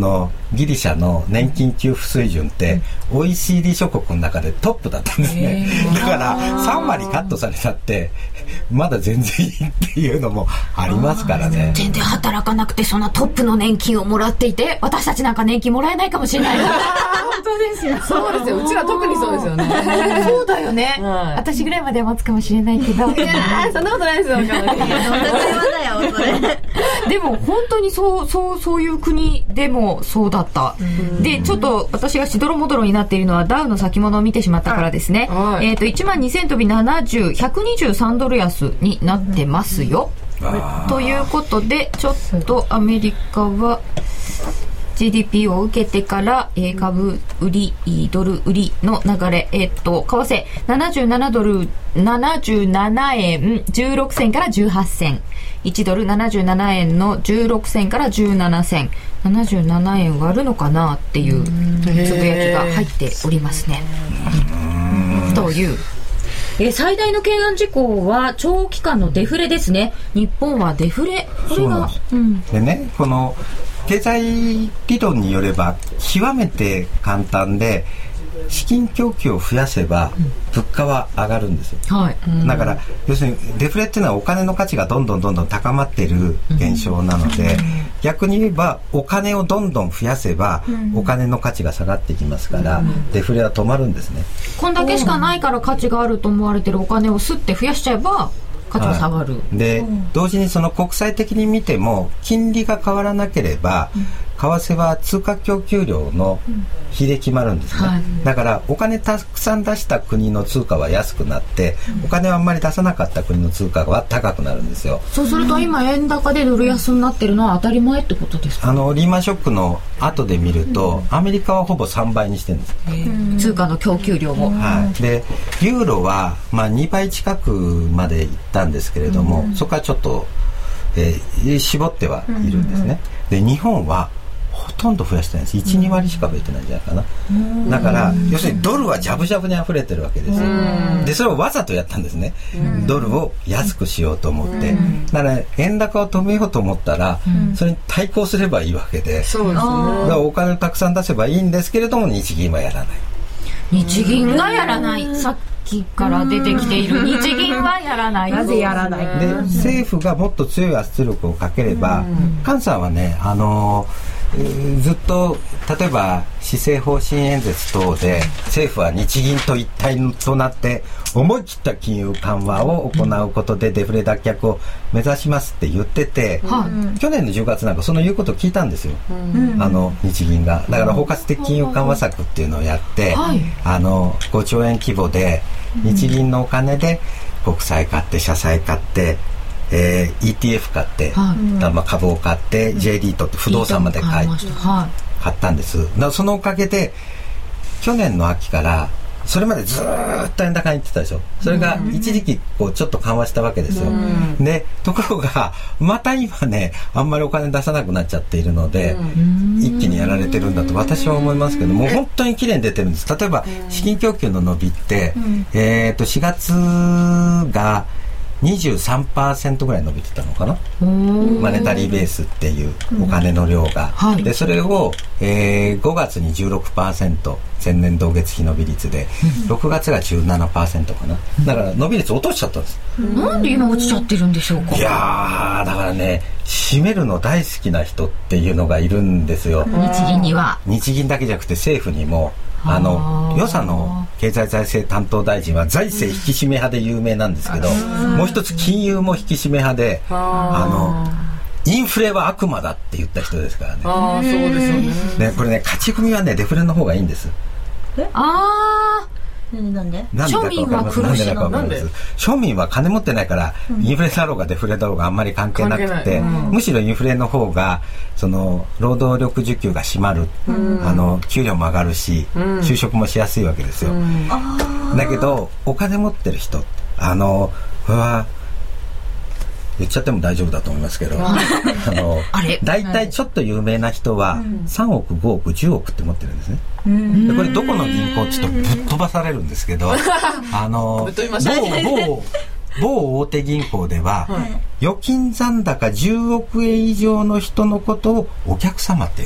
E: ギリシャの年金給付水準って オーイーシーディー 諸国の中でトップだったんですね。だからさん割カットされたってまだ全然いいっていうのもありますからね。
A: 全然働かなくてそんなトップの年金をもらっていて、私たちなんか年金もらえないかもしれない。
D: 本当ですよ。
C: そうですよ。うちら特にそうですよね。
A: そうだよね、はい、私ぐらいまでは持つかもしれないけど。いや
C: そんなことないですよ。どんな会
D: 話だよそれ。
A: でも本当にそうそうそういう国でもそうだった。でちょっと私がしどろもどろになっているのはダウの先物を見てしまったからですね。はい、えっ、ー、といちまんにせん飛びななじゅう、ひゃくにじゅうさんドル安になってますよ。ということでちょっとアメリカはジーディーピー を受けてから、えー、株売りドル売りの流れ、えー、っと為替ななじゅうななドルななじゅうななえんじゅうろくせんからじゅうはっせん、いちドルななじゅうななえんのじゅうろくせんからじゅうななせん、ななじゅうななえん割るのかなっていうつぶやきが入っておりますね。というえー、最大の懸案事項は長期間のデフレですね。日本はデフレ、これが
E: で、うん、でね、この経済理論によれば極めて簡単で、資金供給を増やせば物価は上がるんですよ、はい、だから要するにデフレっていうのはお金の価値がどんどんどんどん高まっている現象なので、逆に言えばお金をどんどん増やせばお金の価値が下がってきますから、デフレは止まるんですね。
A: こんだけしかないから価値があると思われてるお金をすって増やしちゃえば価値が下がる、はい、
E: で同時にその国際的に見ても金利が変わらなければ、うん、為替は通貨供給量の比で決まるんですね、はい、だからお金たくさん出した国の通貨は安くなって、うん、お金をあんまり出さなかった国の通貨は高くなるんですよ。
A: そうすると今円高でドル安になってるのは当たり前ってことですか？
E: あのリーマンショックの後で見ると、うん、アメリカはほぼさんばいにしてるんです、
A: うん、通貨の供給量を、
E: はい、でユーロは、まあ、にばい近くまでいったんですけれども、うん、そこはちょっと、えー、絞ってはいるんですね、うんうん、で日本はほとんど増やしてないんです。 いち、に割しか増えてないんじゃないかな、うん、だから要するにドルはジャブジャブに溢れてるわけですよ、うん、でそれをわざとやったんですね、うん、ドルを安くしようと思って、うん、だから円高を止めようと思ったら、うん、それに対抗すればいいわけで、そうですね、だからお金をたくさん出せばいいんですけれども日銀はやらない。
A: 日銀がやらない、さっきから出てきている日銀はやらない。
B: なぜやらない。
E: で政府がもっと強い圧力をかければ、菅さんはね、あのー、ずっと例えば施政方針演説等で政府は日銀と一体となって思い切った金融緩和を行うことでデフレ脱却を目指しますって言ってて、うん、去年のじゅうがつなんかその言うことを聞いたんですよ、うん、あの日銀がだから包括的金融緩和策っていうのをやって、うん、あのごちょうえん規模で日銀のお金で国債買って社債買ってえー、イーティーエフ 買って、はい、まあ、株を買って J リートって不動産まで買い、はい、買ったんです。だからそのおかげで去年の秋からそれまでずーっと円高に行ってたでしょ。それが一時期こうちょっと緩和したわけですよ、うん、でところがまた今ねあんまりお金出さなくなっちゃっているので、うん、一気にやられてるんだと私は思いますけども、う本当に綺麗に出てるんです。例えば資金供給の伸びって、うん、えー、としがつがにじゅうさんパーセント ぐらい伸びてたのかな、マネタリーベースっていうお金の量が、うん、はい、でそれを、えー、ごがつに じゅうろくパーセント 前年同月比伸び率で、うん、ろくがつが じゅうななパーセント かな、だから伸び率落としちゃったんです、
A: うん、なんで今落ちちゃってるんでしょうか。
E: いやだからね、締めるの大好きな人っていうのがいるんですよ。
A: 日銀には
E: 日銀だけじゃなくて政府にもあの与謝の経済財政担当大臣は財政引き締め派で有名なんですけど、もう一つ金融も引き締め派で、あのインフレは悪魔だって言った人ですからね。
C: ああ、そうですよね。
E: ね、これね、勝ち組はねデフレの方がいいんです。
A: え、ああ、
D: なんで
A: 庶民は苦しいの。
E: なんで庶民は金持ってないから、うん、インフレだろうがデフレだろうがあんまり関係なくて、うん、むしろインフレの方がその労働力需給が締まる、うん、あの給料も上がるし、うん、就職もしやすいわけですよ、うん、だけどお金持ってる人、あのうわ言っちゃっても大丈夫だと思いますけどあのだいたいちょっと有名な人はさんおくごおくじゅうおくって持ってるんですね。でこれどこの銀行ちょっとぶっ飛ばされるんですけどあの某某大手銀行では、はい、預金残高じゅうおくえん以上の人のことをお客様って言うんです。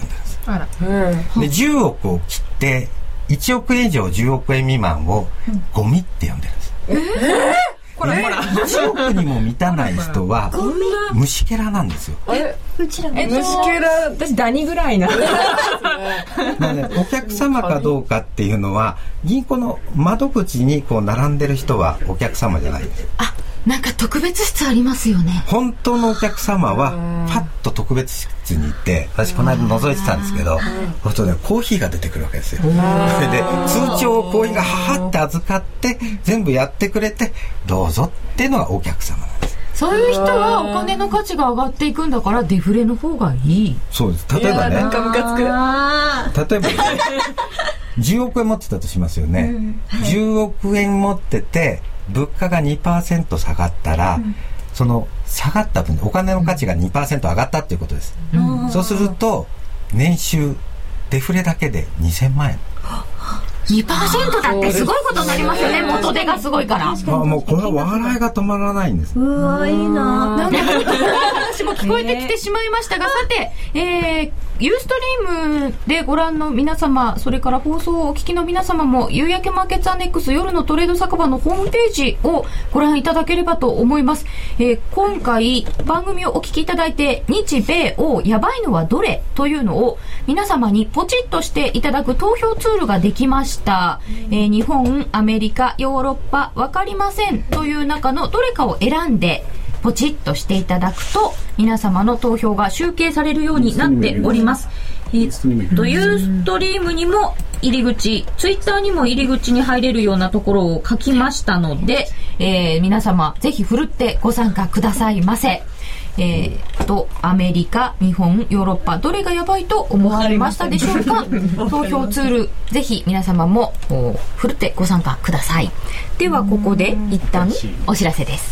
B: あら、
E: うん、でじゅうおくを切っていちおくえん以上じゅうおくえん未満をゴミって呼んでるんです。えー
B: こらこら
E: いちおくにも満たない人は虫けらなんですよ。
C: え
D: うちらも
C: 虫けら、
B: 私ダニぐらいな
E: まあね、お客様かどうかっていうのは銀行の窓口にこう並んでる人はお客様じゃないです。
A: あ、なんか特別室ありますよね。
E: 本当のお客様はパッと特別室に行って、私この間覗いてたんですけど、そうするとねコーヒーが出てくるわけですよ。それで通帳をコーヒーがははって預かって全部やってくれてどうぞっていうのがお客様なんです。
A: そういう人はお金の価値が上がっていくんだからデフレの方がいい。
E: そうです。例えばね、
C: なんかムカつく。
E: 例えばじゅうおくえん持ってたとしますよね、うんはい、じゅうおくえん持ってて物価が にパーセント 下がったら、うん、その下がった分お金の価値が にパーセント 上がったっていうことです、うん、そうすると年収デフレだけでにせんまんえん。
A: にパーセント だってすごいことになりますよね。元手がすごいから。
E: まあ、もうこれは笑いが止まらないんです。
D: うわいいな。
A: なんか話も聞こえてきてしまいましたが、さて、えー、ユーストリームでご覧の皆様、それから放送をお聞きの皆様も夕焼けマーケッツアネックス夜のトレード酒場のホームページをご覧いただければと思います。えー、今回番組をお聞きいただいて日米欧やばいのはどれというのを皆様にポチッとしていただく投票ツールができました。えー、日本、アメリカ、ヨーロッパわかりませんという中のどれかを選んでポチッとしていただくと皆様の投票が集計されるようになっております。えー、とユーストリームにも入り口、ツイッターにも入り口に入れるようなところを書きましたので、えー、皆様ぜひふるってご参加くださいませ。えー、とアメリカ、日本、ヨーロッパどれがやばいと思われましたでしょうか。投票ツールぜひ皆様もふるってご参加ください。ではここで一旦お知らせです。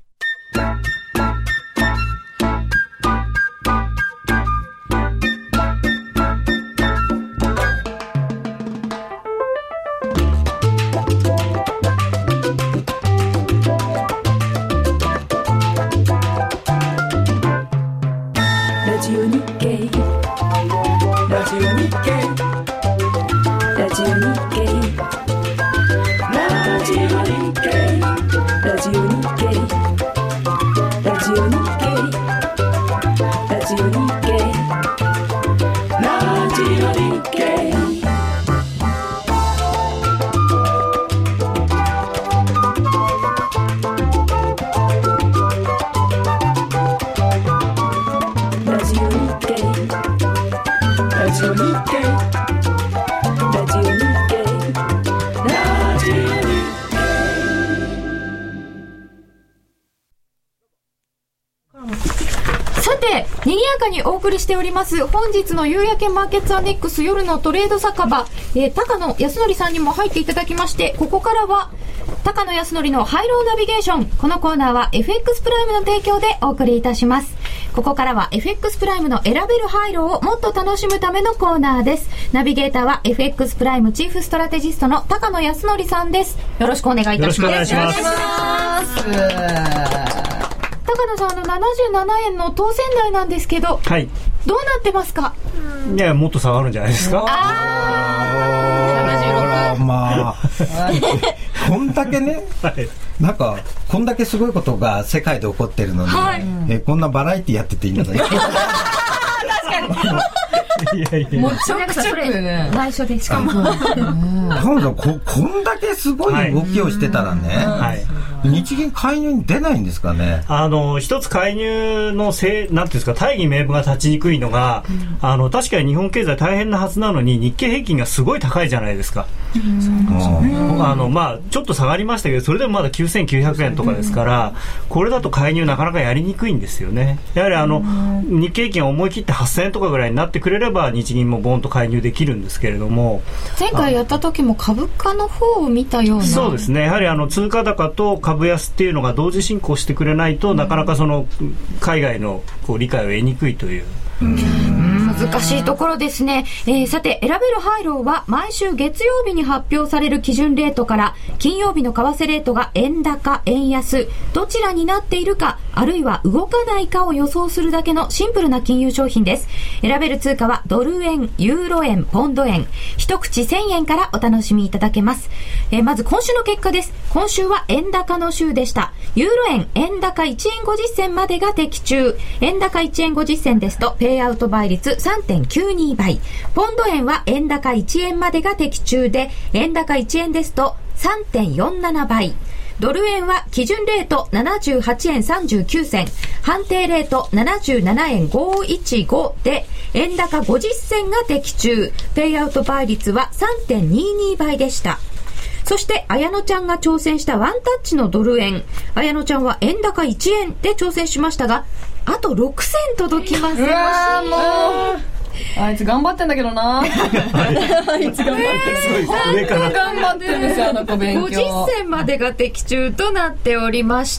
A: お送りしております本日の夕焼けマーケッツアネックス夜のトレード酒場、えー、高野康則さんにも入っていただきまして、ここからは高野康則のハイローナビゲーション。このコーナーは エフエックス プライムの提供でお送りいたします。ここからは エフエックス プライムの選べるハイローをもっと楽しむためのコーナーです。ナビゲーターは エフエックス プライムチーフストラテジストの高野康則さんです。よろしくお願いいたします。
G: よろしくお願いします。
A: 高野さん、あのななじゅうななえんの当選台なんですけど、はい、どうなってますか？
G: いや、もっと下がるんじゃないですか。
E: ああ、まあこんだけね、はい、なんかこんだけすごいことが世界で起こってるのに、はい、えこんなバラエティやってていいんだね。確
A: かに。いやいや、もうちょくちょくね、内緒でしかもこ,
E: こんだけすごい動きをしてたらね、はいはい、日銀介入に出ないんですかね。
G: あの一つ介入のせいなんていうんですか、大義名分が立ちにくいのが、うん、あの確かに日本経済大変なはずなのに日経平均がすごい高いじゃないですか。うん、あのまあちょっと下がりましたけど、それでもまだきゅうせんきゅうひゃくえんとかですから、これだと介入なかなかやりにくいんですよね。やはりあの日経平均が思い切ってはっせんえんとかぐらいになってくれれば日銀もボンと介入できるんですけれども、
A: 前回やった時も株価の方を見たような。
G: そうですね、やはりあの通貨高と株安っていうのが同時進行してくれないと、うん、なかなかその海外のこう理解を得にくいという。
A: うんうん、 難しいところですね。えー、さて選べるハイローは毎週月曜日に発表される基準レートから金曜日の為替レートが円高円安どちらになっているかあるいは動かないかを予想するだけのシンプルな金融商品です。選べる通貨はドル円、ユーロ円、ポンド円、一口せんえんからお楽しみいただけます。えー、まず今週の結果です。今週は円高の週でした。ユーロ円円高いちえんごじゅっせんまでが的中。円高いちえんごじゅっせんですとペイアウト倍率 さんてんきゅうに 倍。ポンド円は円高いちえんまでが的中で円高いちえんですと さんてんよんなな 倍。ドル円は基準レートななじゅうはちえんさんじゅうきゅうせん、判定レートななじゅうななえんごひゃくじゅうごで円高ごじゅっせんが的中。ペイアウト倍率は さんてんにに 倍でした。そして綾乃ちゃんが挑戦したワンタッチのドル円、綾乃ちゃんは円高いちえんで挑戦しましたがあとろくせん届きません。うわーもう
C: あいつ頑張ってんだけどなあいつ頑張ってる、えー、上から頑張ってるんですよあの子勉強。
A: ごじゅっせんまでが的中となっておりました。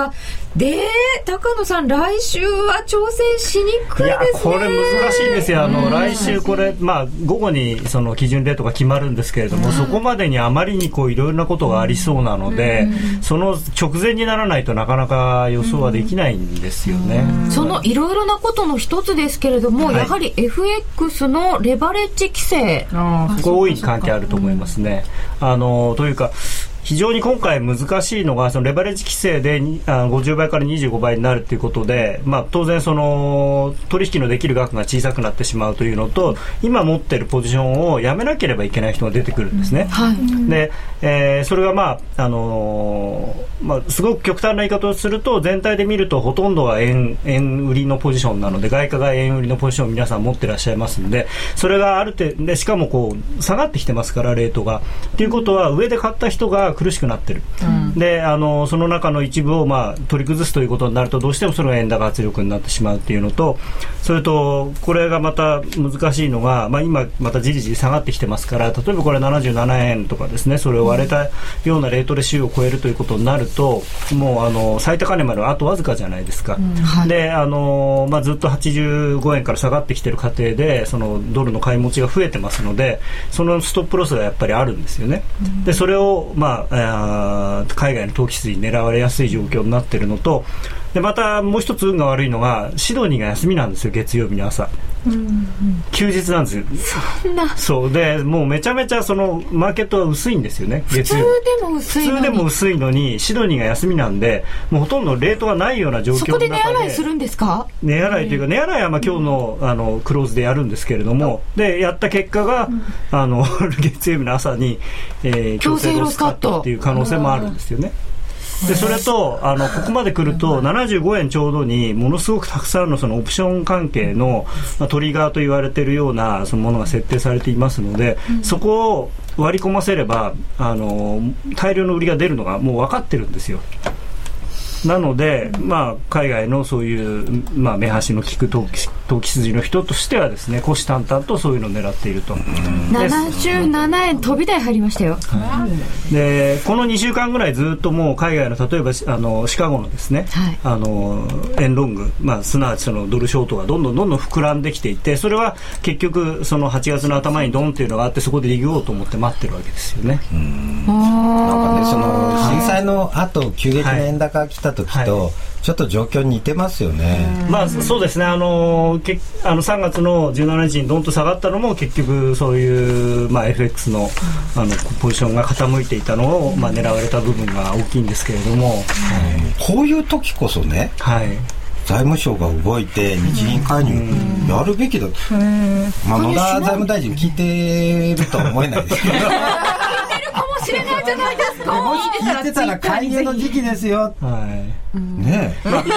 A: で高野さん来週は挑戦しにくいですね。いや
G: これ難しいんですよ。あの来週これ、まあ、午後にその基準レートが決まるんですけれども、そこまでにあまりにこういろいろなことがありそうなので、その直前にならないとなかなか予想はできないんですよね。
A: そのいろいろなことの一つですけれども、はい、やはり エフエックス のレバレッジ規制、
G: これ大いに関係あると思いますね。あのというか非常に今回難しいのがそのレバレッジ規制でごじゅうばいからにじゅうごばいになるということで、まあ、当然その取引のできる額が小さくなってしまうというのと今持っているポジションをやめなければいけない人が出てくるんですね、はい、で、えー、それが、まああのーまあ、すごく極端な言い方をすると全体で見るとほとんどは 円, 円売りのポジションなので外貨が円売りのポジションを皆さん持ってらっしゃいますのでそれがある程度でしかもこう下がってきてますからレートがということは上で買った人が苦しくなってる、うん、であのその中の一部を、まあ、取り崩すということになるとどうしてもそれが円高圧力になってしまうというのとそれとこれがまた難しいのが、まあ、今またじりじり下がってきてますから例えばこれななじゅうななえんとかですねそれを割れたようなレートで週を超えるということになるともうあの最高値まではあとわずかじゃないですか、うんはい、であの、まあ、ずっとはちじゅうごえんから下がってきている過程でそのドルの買い持ちが増えてますのでそのストップロスがやっぱりあるんですよね、うん、でそれを、まあ海外の投機筋に狙われやすい状況になっているのとでまたもう一つ運が悪いのがシドニーが休みなんですよ月曜日の朝、うんうん、休日なんですよ。
A: そんな
G: そうでもうめちゃめちゃそのマーケットは薄いんですよね月曜日
A: 普通でも薄いのに
G: 普通でも薄いのにシドニーが休みなんでもうほとんどレートがないような状況の中で
A: そこで値洗いするんですか。
G: 値洗いというか値洗いはまあ今日 の, あのクローズでやるんですけれどもでやった結果が、うん、あの月曜日の朝に、えー、強制ロスカットっていう可能性もあるんですよね。でそれとあのここまで来るとななじゅうごえんちょうどにものすごくたくさん の, そのオプション関係の、まあ、トリガーと言われているようなそのものが設定されていますので、うん、そこを割り込ませればあの大量の売りが出るのがもう分かってるんですよ。なので、まあ、海外のそういう、まあ、目端の利く投機、投機筋の人としてはですね虎視眈々とそういうのを狙っていると。
A: ななじゅうななえん飛び台入りましたよ、
G: はい、でこのにしゅうかんぐらいずっともう海外の例えばあのシカゴのですね、はい、あの円ロング、まあ、すなわちそのドルショートがどんどんどんどん膨らんできていてそれは結局そのはちがつの頭にドンっていうのがあってそこで利食おうと思って待ってるわけですよね。うーん
E: なんかねその震災の後急激な円高が来た時と、はい、ちょっと状況似てますよね。
G: まあそうですねあのけあのさんがつのじゅうしちにちにドンと下がったのも結局そういう、まあ、エフエックス の, あのポジションが傾いていたのを、まあ、狙われた部分が大きいんですけれども、
E: うん、こういう時こそね、はい、財務省が動いて日銀介入やるべきだと、まあ、野田財務大臣聞いてるとは思えないですけど聞いてるか
A: もしれないじゃないですか。
E: もし聞いてたら介入の時期ですよ、はいねえ、まあ、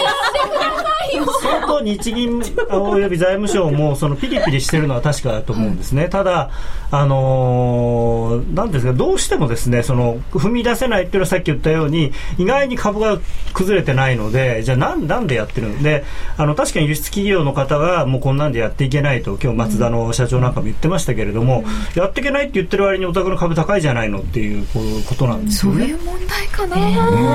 G: 相当日銀および財務省もそのピリピリしてるのは確かだと思うんですね、うん、ただ、あのー、なんですかどうしてもですねその踏み出せないっていうのはさっき言ったように意外に株が崩れてないのでじゃあなんなんでやってるのであの確かに輸出企業の方がもうこんなんでやっていけないと今日松田の社長なんかも言ってましたけれども、うん、やっていけないって言ってる割にお宅の株高いじゃないのっていうことなんですよね。
A: そういう問題かな、えー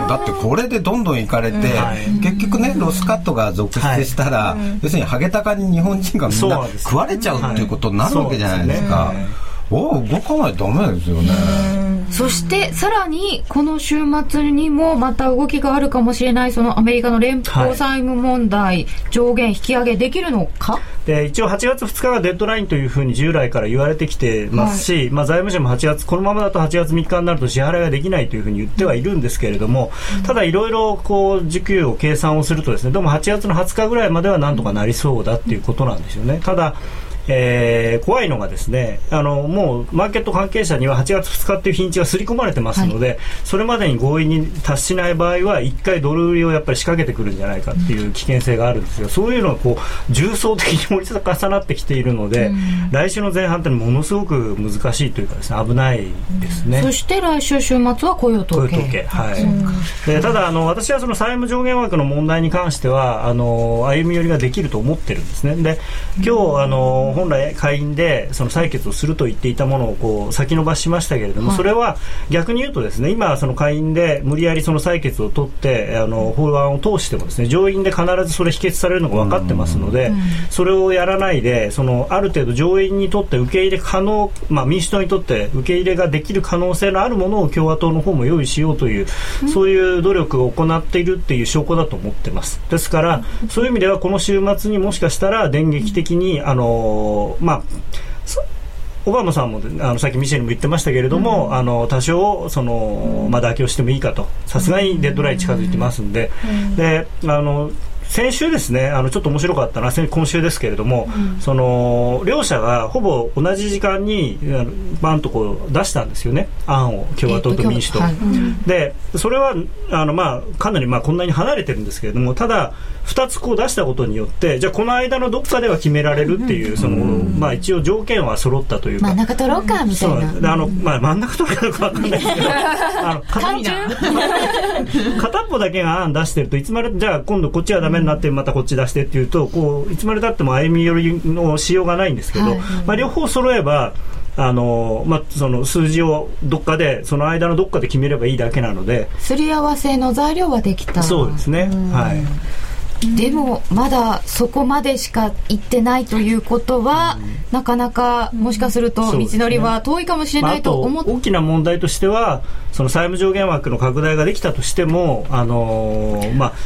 E: だってこれでどんどん行かれて、うん、結局ねロスカットが続出したら、はい、要するにハゲタカに日本人がみんな食われちゃうっていうことになるわけじゃないですか。お動かないとダメですよね。
A: そしてさらにこの週末にもまた動きがあるかもしれないそのアメリカの連邦債務問題、はい、上限引き上げできるのか。
G: で一応はちがつふつかがデッドラインというふうに従来から言われてきてますし、はい、まあ、財務省もはちがつこのままだとはちがつみっかになると支払いができないというふうに言ってはいるんですけれども、うん、ただいろいろこう時給を計算をするとですねどうもはちがつのはつかぐらいまではなんとかなりそうだっていうことなんですよね。ただえー、怖いのがですねあのもうマーケット関係者にははちがつふつかっていう日にちが刷り込まれてますので、はい、それまでに合意に達しない場合はいっかいドル売りをやっぱり仕掛けてくるんじゃないかっていう危険性があるんですが、そういうのがこう重層的に盛り重なってきているので、うん、来週の前半ってものすごく難しいというかですね危ないですね、
A: うん、そして来週週末は雇用統計、
G: 雇用統計、はい、うん、でただあの私はその債務上限枠の問題に関してはあの歩み寄りができると思ってるんですね。で今日あの本来下院でその採決をすると言っていたものをこう先延ばししましたけれども、はい、それは逆に言うとですね今その下院で無理やりその採決を取ってあの法案を通してもですね上院で必ずそれ否決されるのが分かってますので、それをやらないでそのある程度上院にとって受け入れ可能、まあ、民主党にとって受け入れができる可能性のあるものを共和党の方も用意しようという、うん、そういう努力を行っているっていう証拠だと思ってます。ですからそういう意味ではこの週末にもしかしたら電撃的にあのまあオバマさんもあのさっきミシェルも言ってましたけれども、うん、あの多少その、まあ、妥協してもいいかとさすがにデッドライン近づいてますんで、うん、であの先週ですねあのちょっと面白かったのは今週ですけれども、うん、その両者がほぼ同じ時間にバンとこう出したんですよね案を共和党と民主党、えーはい、でそれはあの、まあ、かなりまあこんなに離れてるんですけれどもただふたつこう出したことによってじゃあこの間のどっかでは決められるっていう、その、まあ、一応条件は揃ったというか
A: 真ん中取ろうかみたいな、
G: あの、まあ、真ん中取るかどうか分かんないですけどあの片, 片っぽだけが案出してるといつまでじゃあ今度こっちはダメになってまたこっち出してっていうとこういつまでたっても歩み寄りのしようがないんですけど、はい、まあ、両方揃えばあのまあ、その数字をどっかでその間のどっかで決めればいいだけなのです
A: り合わせの材料はできた。
G: そうですね、はい。
A: でもまだそこまでしか行ってないということは、うん、なかなかもしかすると道のりは遠いかもしれないと思って、
G: まあ、あと大きな問題としてはその債務上限枠の拡大ができたとしてもあのー、まあ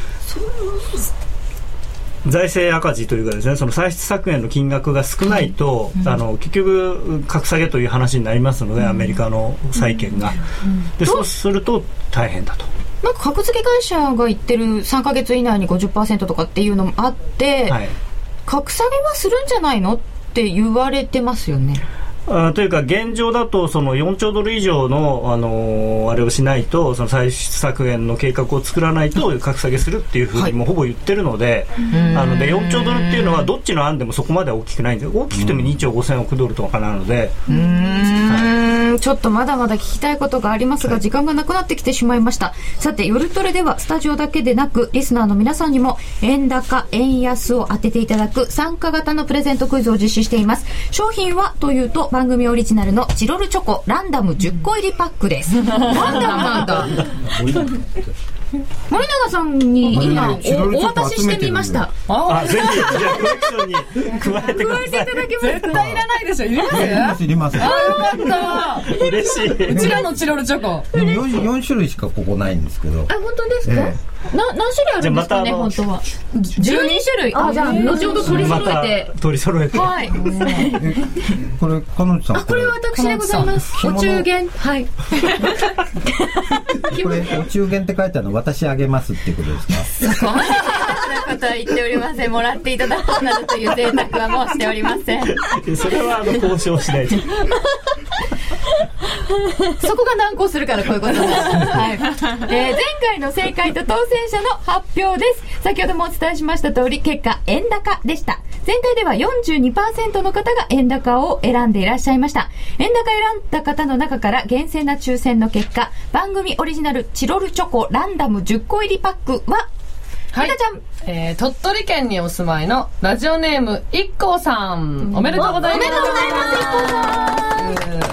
G: 財政赤字というかですねその歳出削減の金額が少ないと、うん、あの結局格下げという話になりますので、うん、アメリカの債券が、うんうん、でそうすると大変だと。
A: なんか格付け会社が言ってるさんかげつ以内に ごじゅっパーセント とかっていうのもあって、はい、格下げはするんじゃないのって言われてますよね。
G: あというか現状だとそのよんちょうドル以上の、あのー、あれをしないとその歳出削減の計画を作らないと格下げするっていうふうにもほぼ言ってるので、はい、あのでよんちょうドルっていうのはどっちの案でもそこまで大きくないんですよ。大きくてもにちょうごせんおくドルとかなので、
A: うーん、はい、ちょっとまだまだ聞きたいことがありますが、はい、時間がなくなってきてしまいました。さて夜トレではスタジオだけでなくリスナーの皆さんにも円高円安を当てていただく参加型のプレゼントクイズを実施しています。商品はというと番組オリジナルのチロルチョコランダムじゅっこ入りパックです。ランダムなんだ。森永さんに今 お, お渡ししてみました。
G: ああぜひじゃあコレクションに加えてください。
A: 加えていただけますか。
C: 絶対いらないでしょ。いります
E: いります。
C: あよかった
G: 嬉しい。
C: うちらのチロルチョコ
E: 4, 4種類しかここないんですけど。
A: あ本当ですか、ええ、な何種類あるんですかね。本当はじゅうにしゅるい。あじゃあ後ほど取り揃えて、
G: ま、取り揃えて、
A: はい、
E: これ彼女さん
A: あこれは私でございます。お中元はい
E: これお中元って書いてあるの私あげますっていうことですか。
A: そこまでそんなことは言っておりません。もらっていただくなどという贅沢はもうしておりません。
G: それはあの交渉しないと
A: そこが難航するからこういうことです、はい。えー、前回の正解と当選者の発表です。先ほどもお伝えしました通り結果円高でした。全体では よんじゅうにパーセント の方が円高を選んでいらっしゃいました。円高選んだ方の中から厳正な抽選の結果番組オリジナルチロルチョコランダムじゅっこ入りパックは
C: はい、えー、鳥取県にお住まいのラジオネーム イッコー さん、おめでとうございます。
A: おめでとうございます。イッコーさん他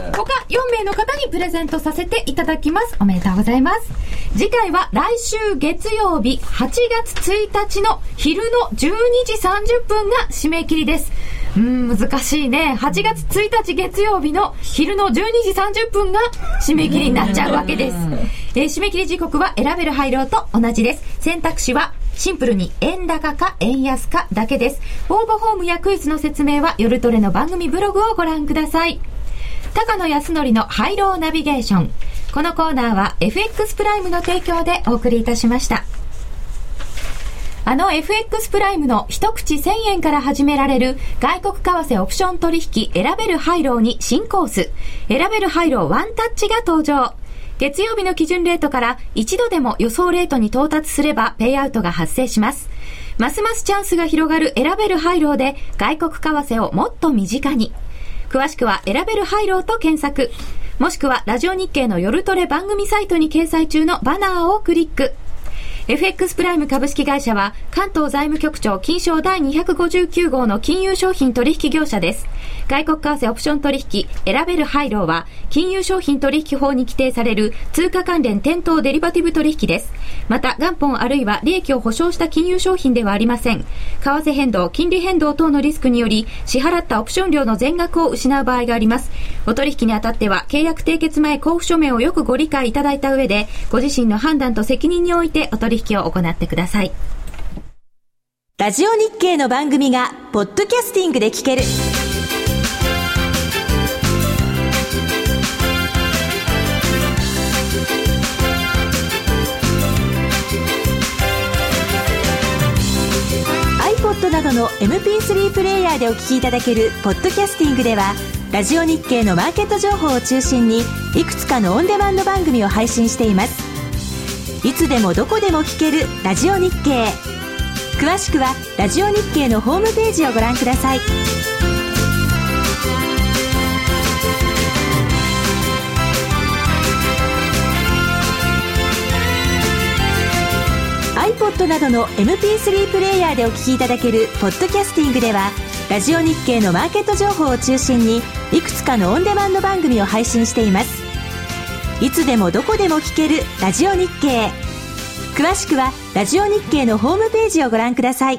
A: よんめいの方にプレゼントさせていただきます。おめでとうございます。次回は来週月曜日はちがつついたちの昼のじゅうにじさんじゅっぷんが締め切りです。うーん、難しいね。はちがつついたち月曜日の昼のじゅうにじさんじゅっぷんが締め切りになっちゃうわけです。えー、締め切り時刻は選べる配慮と同じです。選択肢はシンプルに円高か円安かだけです。応募フォームやクイズの説明は夜トレの番組ブログをご覧ください。高野康則のハイローナビゲーション。このコーナーは エフエックス プライムの提供でお送りいたしました。あの エフエックス プライムの一口せんえんから始められる外国為替オプション取引選べるハイローに新コース、選べるハイローワンタッチが登場。月曜日の基準レートから一度でも予想レートに到達すればペイアウトが発生します。ますますチャンスが広がる選べるハイローで外国為替をもっと身近に。詳しくは選べるハイローと検索。もしくはラジオ日経の夜トレ番組サイトに掲載中のバナーをクリック。エフエックス プライム株式会社は関東財務局長金賞だいにひゃくごじゅうきゅう号の金融商品取引業者です。外国為替オプション取引選べるハイローは金融商品取引法に規定される通貨関連店頭デリバティブ取引です。また元本あるいは利益を保証した金融商品ではありません。為替変動、金利変動等のリスクにより支払ったオプション料の全額を失う場合があります。お取引にあたっては契約締結前交付書面をよくご理解いただいた上でご自身の判断と責任においてお取引を行ってください。
F: ラジオ日経の番組がポッドキャスティングで聞ける。iPod などの エムピースリー プレイヤーでお聞きいただけるポッドキャスティングではラジオ日経のマーケット情報を中心にいくつかのオンデマンド番組を配信しています。いつでもどこでも聞けるラジオ日経。詳しくはラジオ日経のホームページをご覧ください。iPod などの エムピースリー プレイヤーでお聞きいただけるポッドキャスティングではラジオ日経のマーケット情報を中心にいくつかのオンデマンド番組を配信しています。いつでもどこでも聞けるラジオ日経。詳しくはラジオ日経のホームページをご覧ください。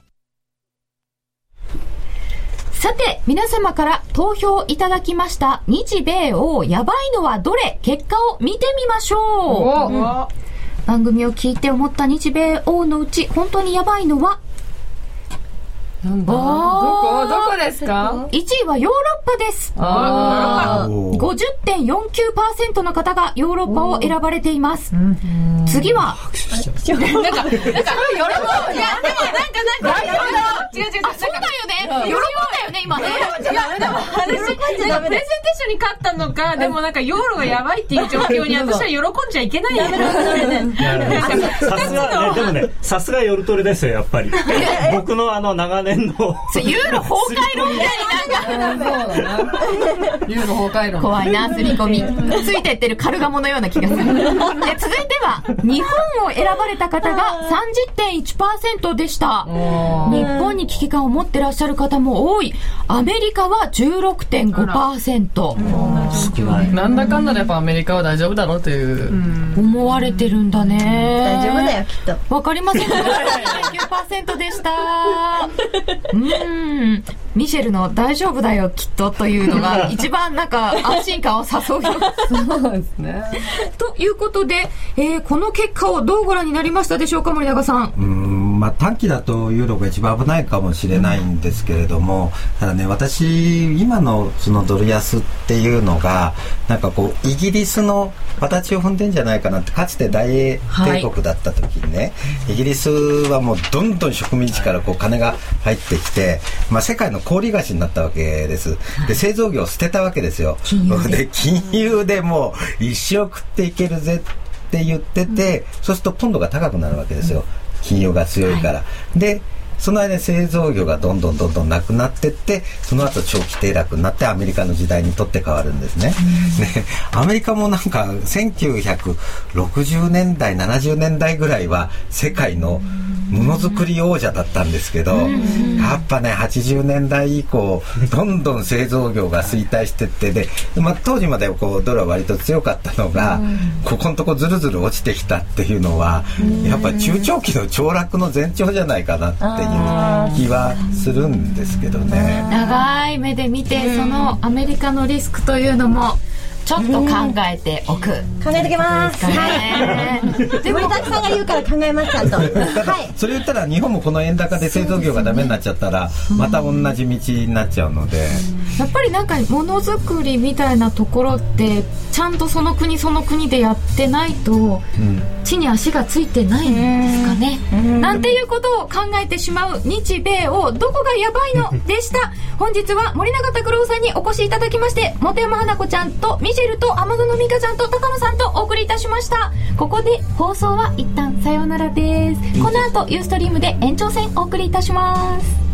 A: さて皆様から投票いただきました日米欧やばいのはどれ、結果を見てみましょう。うん、番組を聞いて思った日米欧のうち本当にやばいのは
C: なんだ、どこどこですか。
A: いちいはヨーロッパです。あ ごじゅってんよんきゅうパーセント の方がヨーロッパを選ばれています。次はなんかなんかヨーロッパ、いやでもなんかなんか違う違う違う、あ、そうだよね、ヨーロッパだよね今ね。
B: いやでも私プレゼンテーションに勝ったのか、でもなんかヨーロがやばいっていう状況に私は喜んじゃいけないよね。
G: さすがね、でもね、さすが夜トレですよやっぱり。僕のあの長年の
A: ユーロ崩壊論みたいな、なんかそうだな、
C: ユーロ崩壊論
A: 怖いな、刷り込みついてってるカルガモのような気がする。で続いては日本を選ばれた方が さんじゅってんいちパーセント でした。日本に危機感を持ってらっしゃる方も多い。アメリカは じゅうろくてんごパーセント。
G: 少ない。
C: なんだかんだでやっぱアメリカは大丈夫だろうという
A: 思われてるんだね。
D: 大丈夫だよきっと。
A: わかりません。 じゅうろくてんきゅうパーセント でした。うーん、ミシェルの大丈夫だよきっとというのが一番なんか安心感を誘うよ。
C: そうですね。
A: ということで、えー、この結果をどうご覧になりましたでしょうか、森永さん。
E: うーん、まあ、短期だとユーロが一番危ないかもしれないんですけれども、ただね、私今のそのドル安っていうのがなんかこうイギリスの形を踏んでんじゃないかなって。かつて大英帝国だった時にね、はい、イギリスはもうどんどん植民地からこう金が入ってきて、まあ、世界の氷菓子になったわけです。で製造業を捨てたわけですよ。金融 で, で金融でもう一生食っていけるぜって言ってて、うん、そうするとポンドが高くなるわけですよ、金融が強いから、はい、でその間に製造業がどんどんどんどんなくなってって、その後長期低落になってアメリカの時代にとって変わるんですね、うん、でアメリカもなんかせんきゅうひゃくろくじゅうねんだいななじゅうねんだいぐらいは世界のものづくり王者だったんですけど、やっぱねはちじゅうねんだい以降どんどん製造業が衰退してってで、まあ、当時までこうドルは割と強かったのが、ここのとこずるずる落ちてきたっていうのはやっぱ中長期の凋落の前兆じゃないかなっていう気はするんですけどね。
A: 長い目で見てそのアメリカのリスクというのもちょっと考えておく、
H: うん、考えておきます。はい。で森崎さんが言うから考えますちゃんと。はい。
E: それ言ったら日本もこの円高で製造業がダメになっちゃったら、また同じ道になっちゃうので。
A: やっぱりなんかものづくりみたいなところってちゃんとその国その国でやってないと、うん、地に足がついてないんですかね。なんていうことを考えてしまう日米をどこがやばいのでした。本日は森永卓郎さんにお越しいただきまして、本山花子ちゃんとミシェルと天園美香ちゃんと高野さんとお送りいたしました。ここで放送は一旦さようならです。この後ユーストリームで延長戦お送りいたします。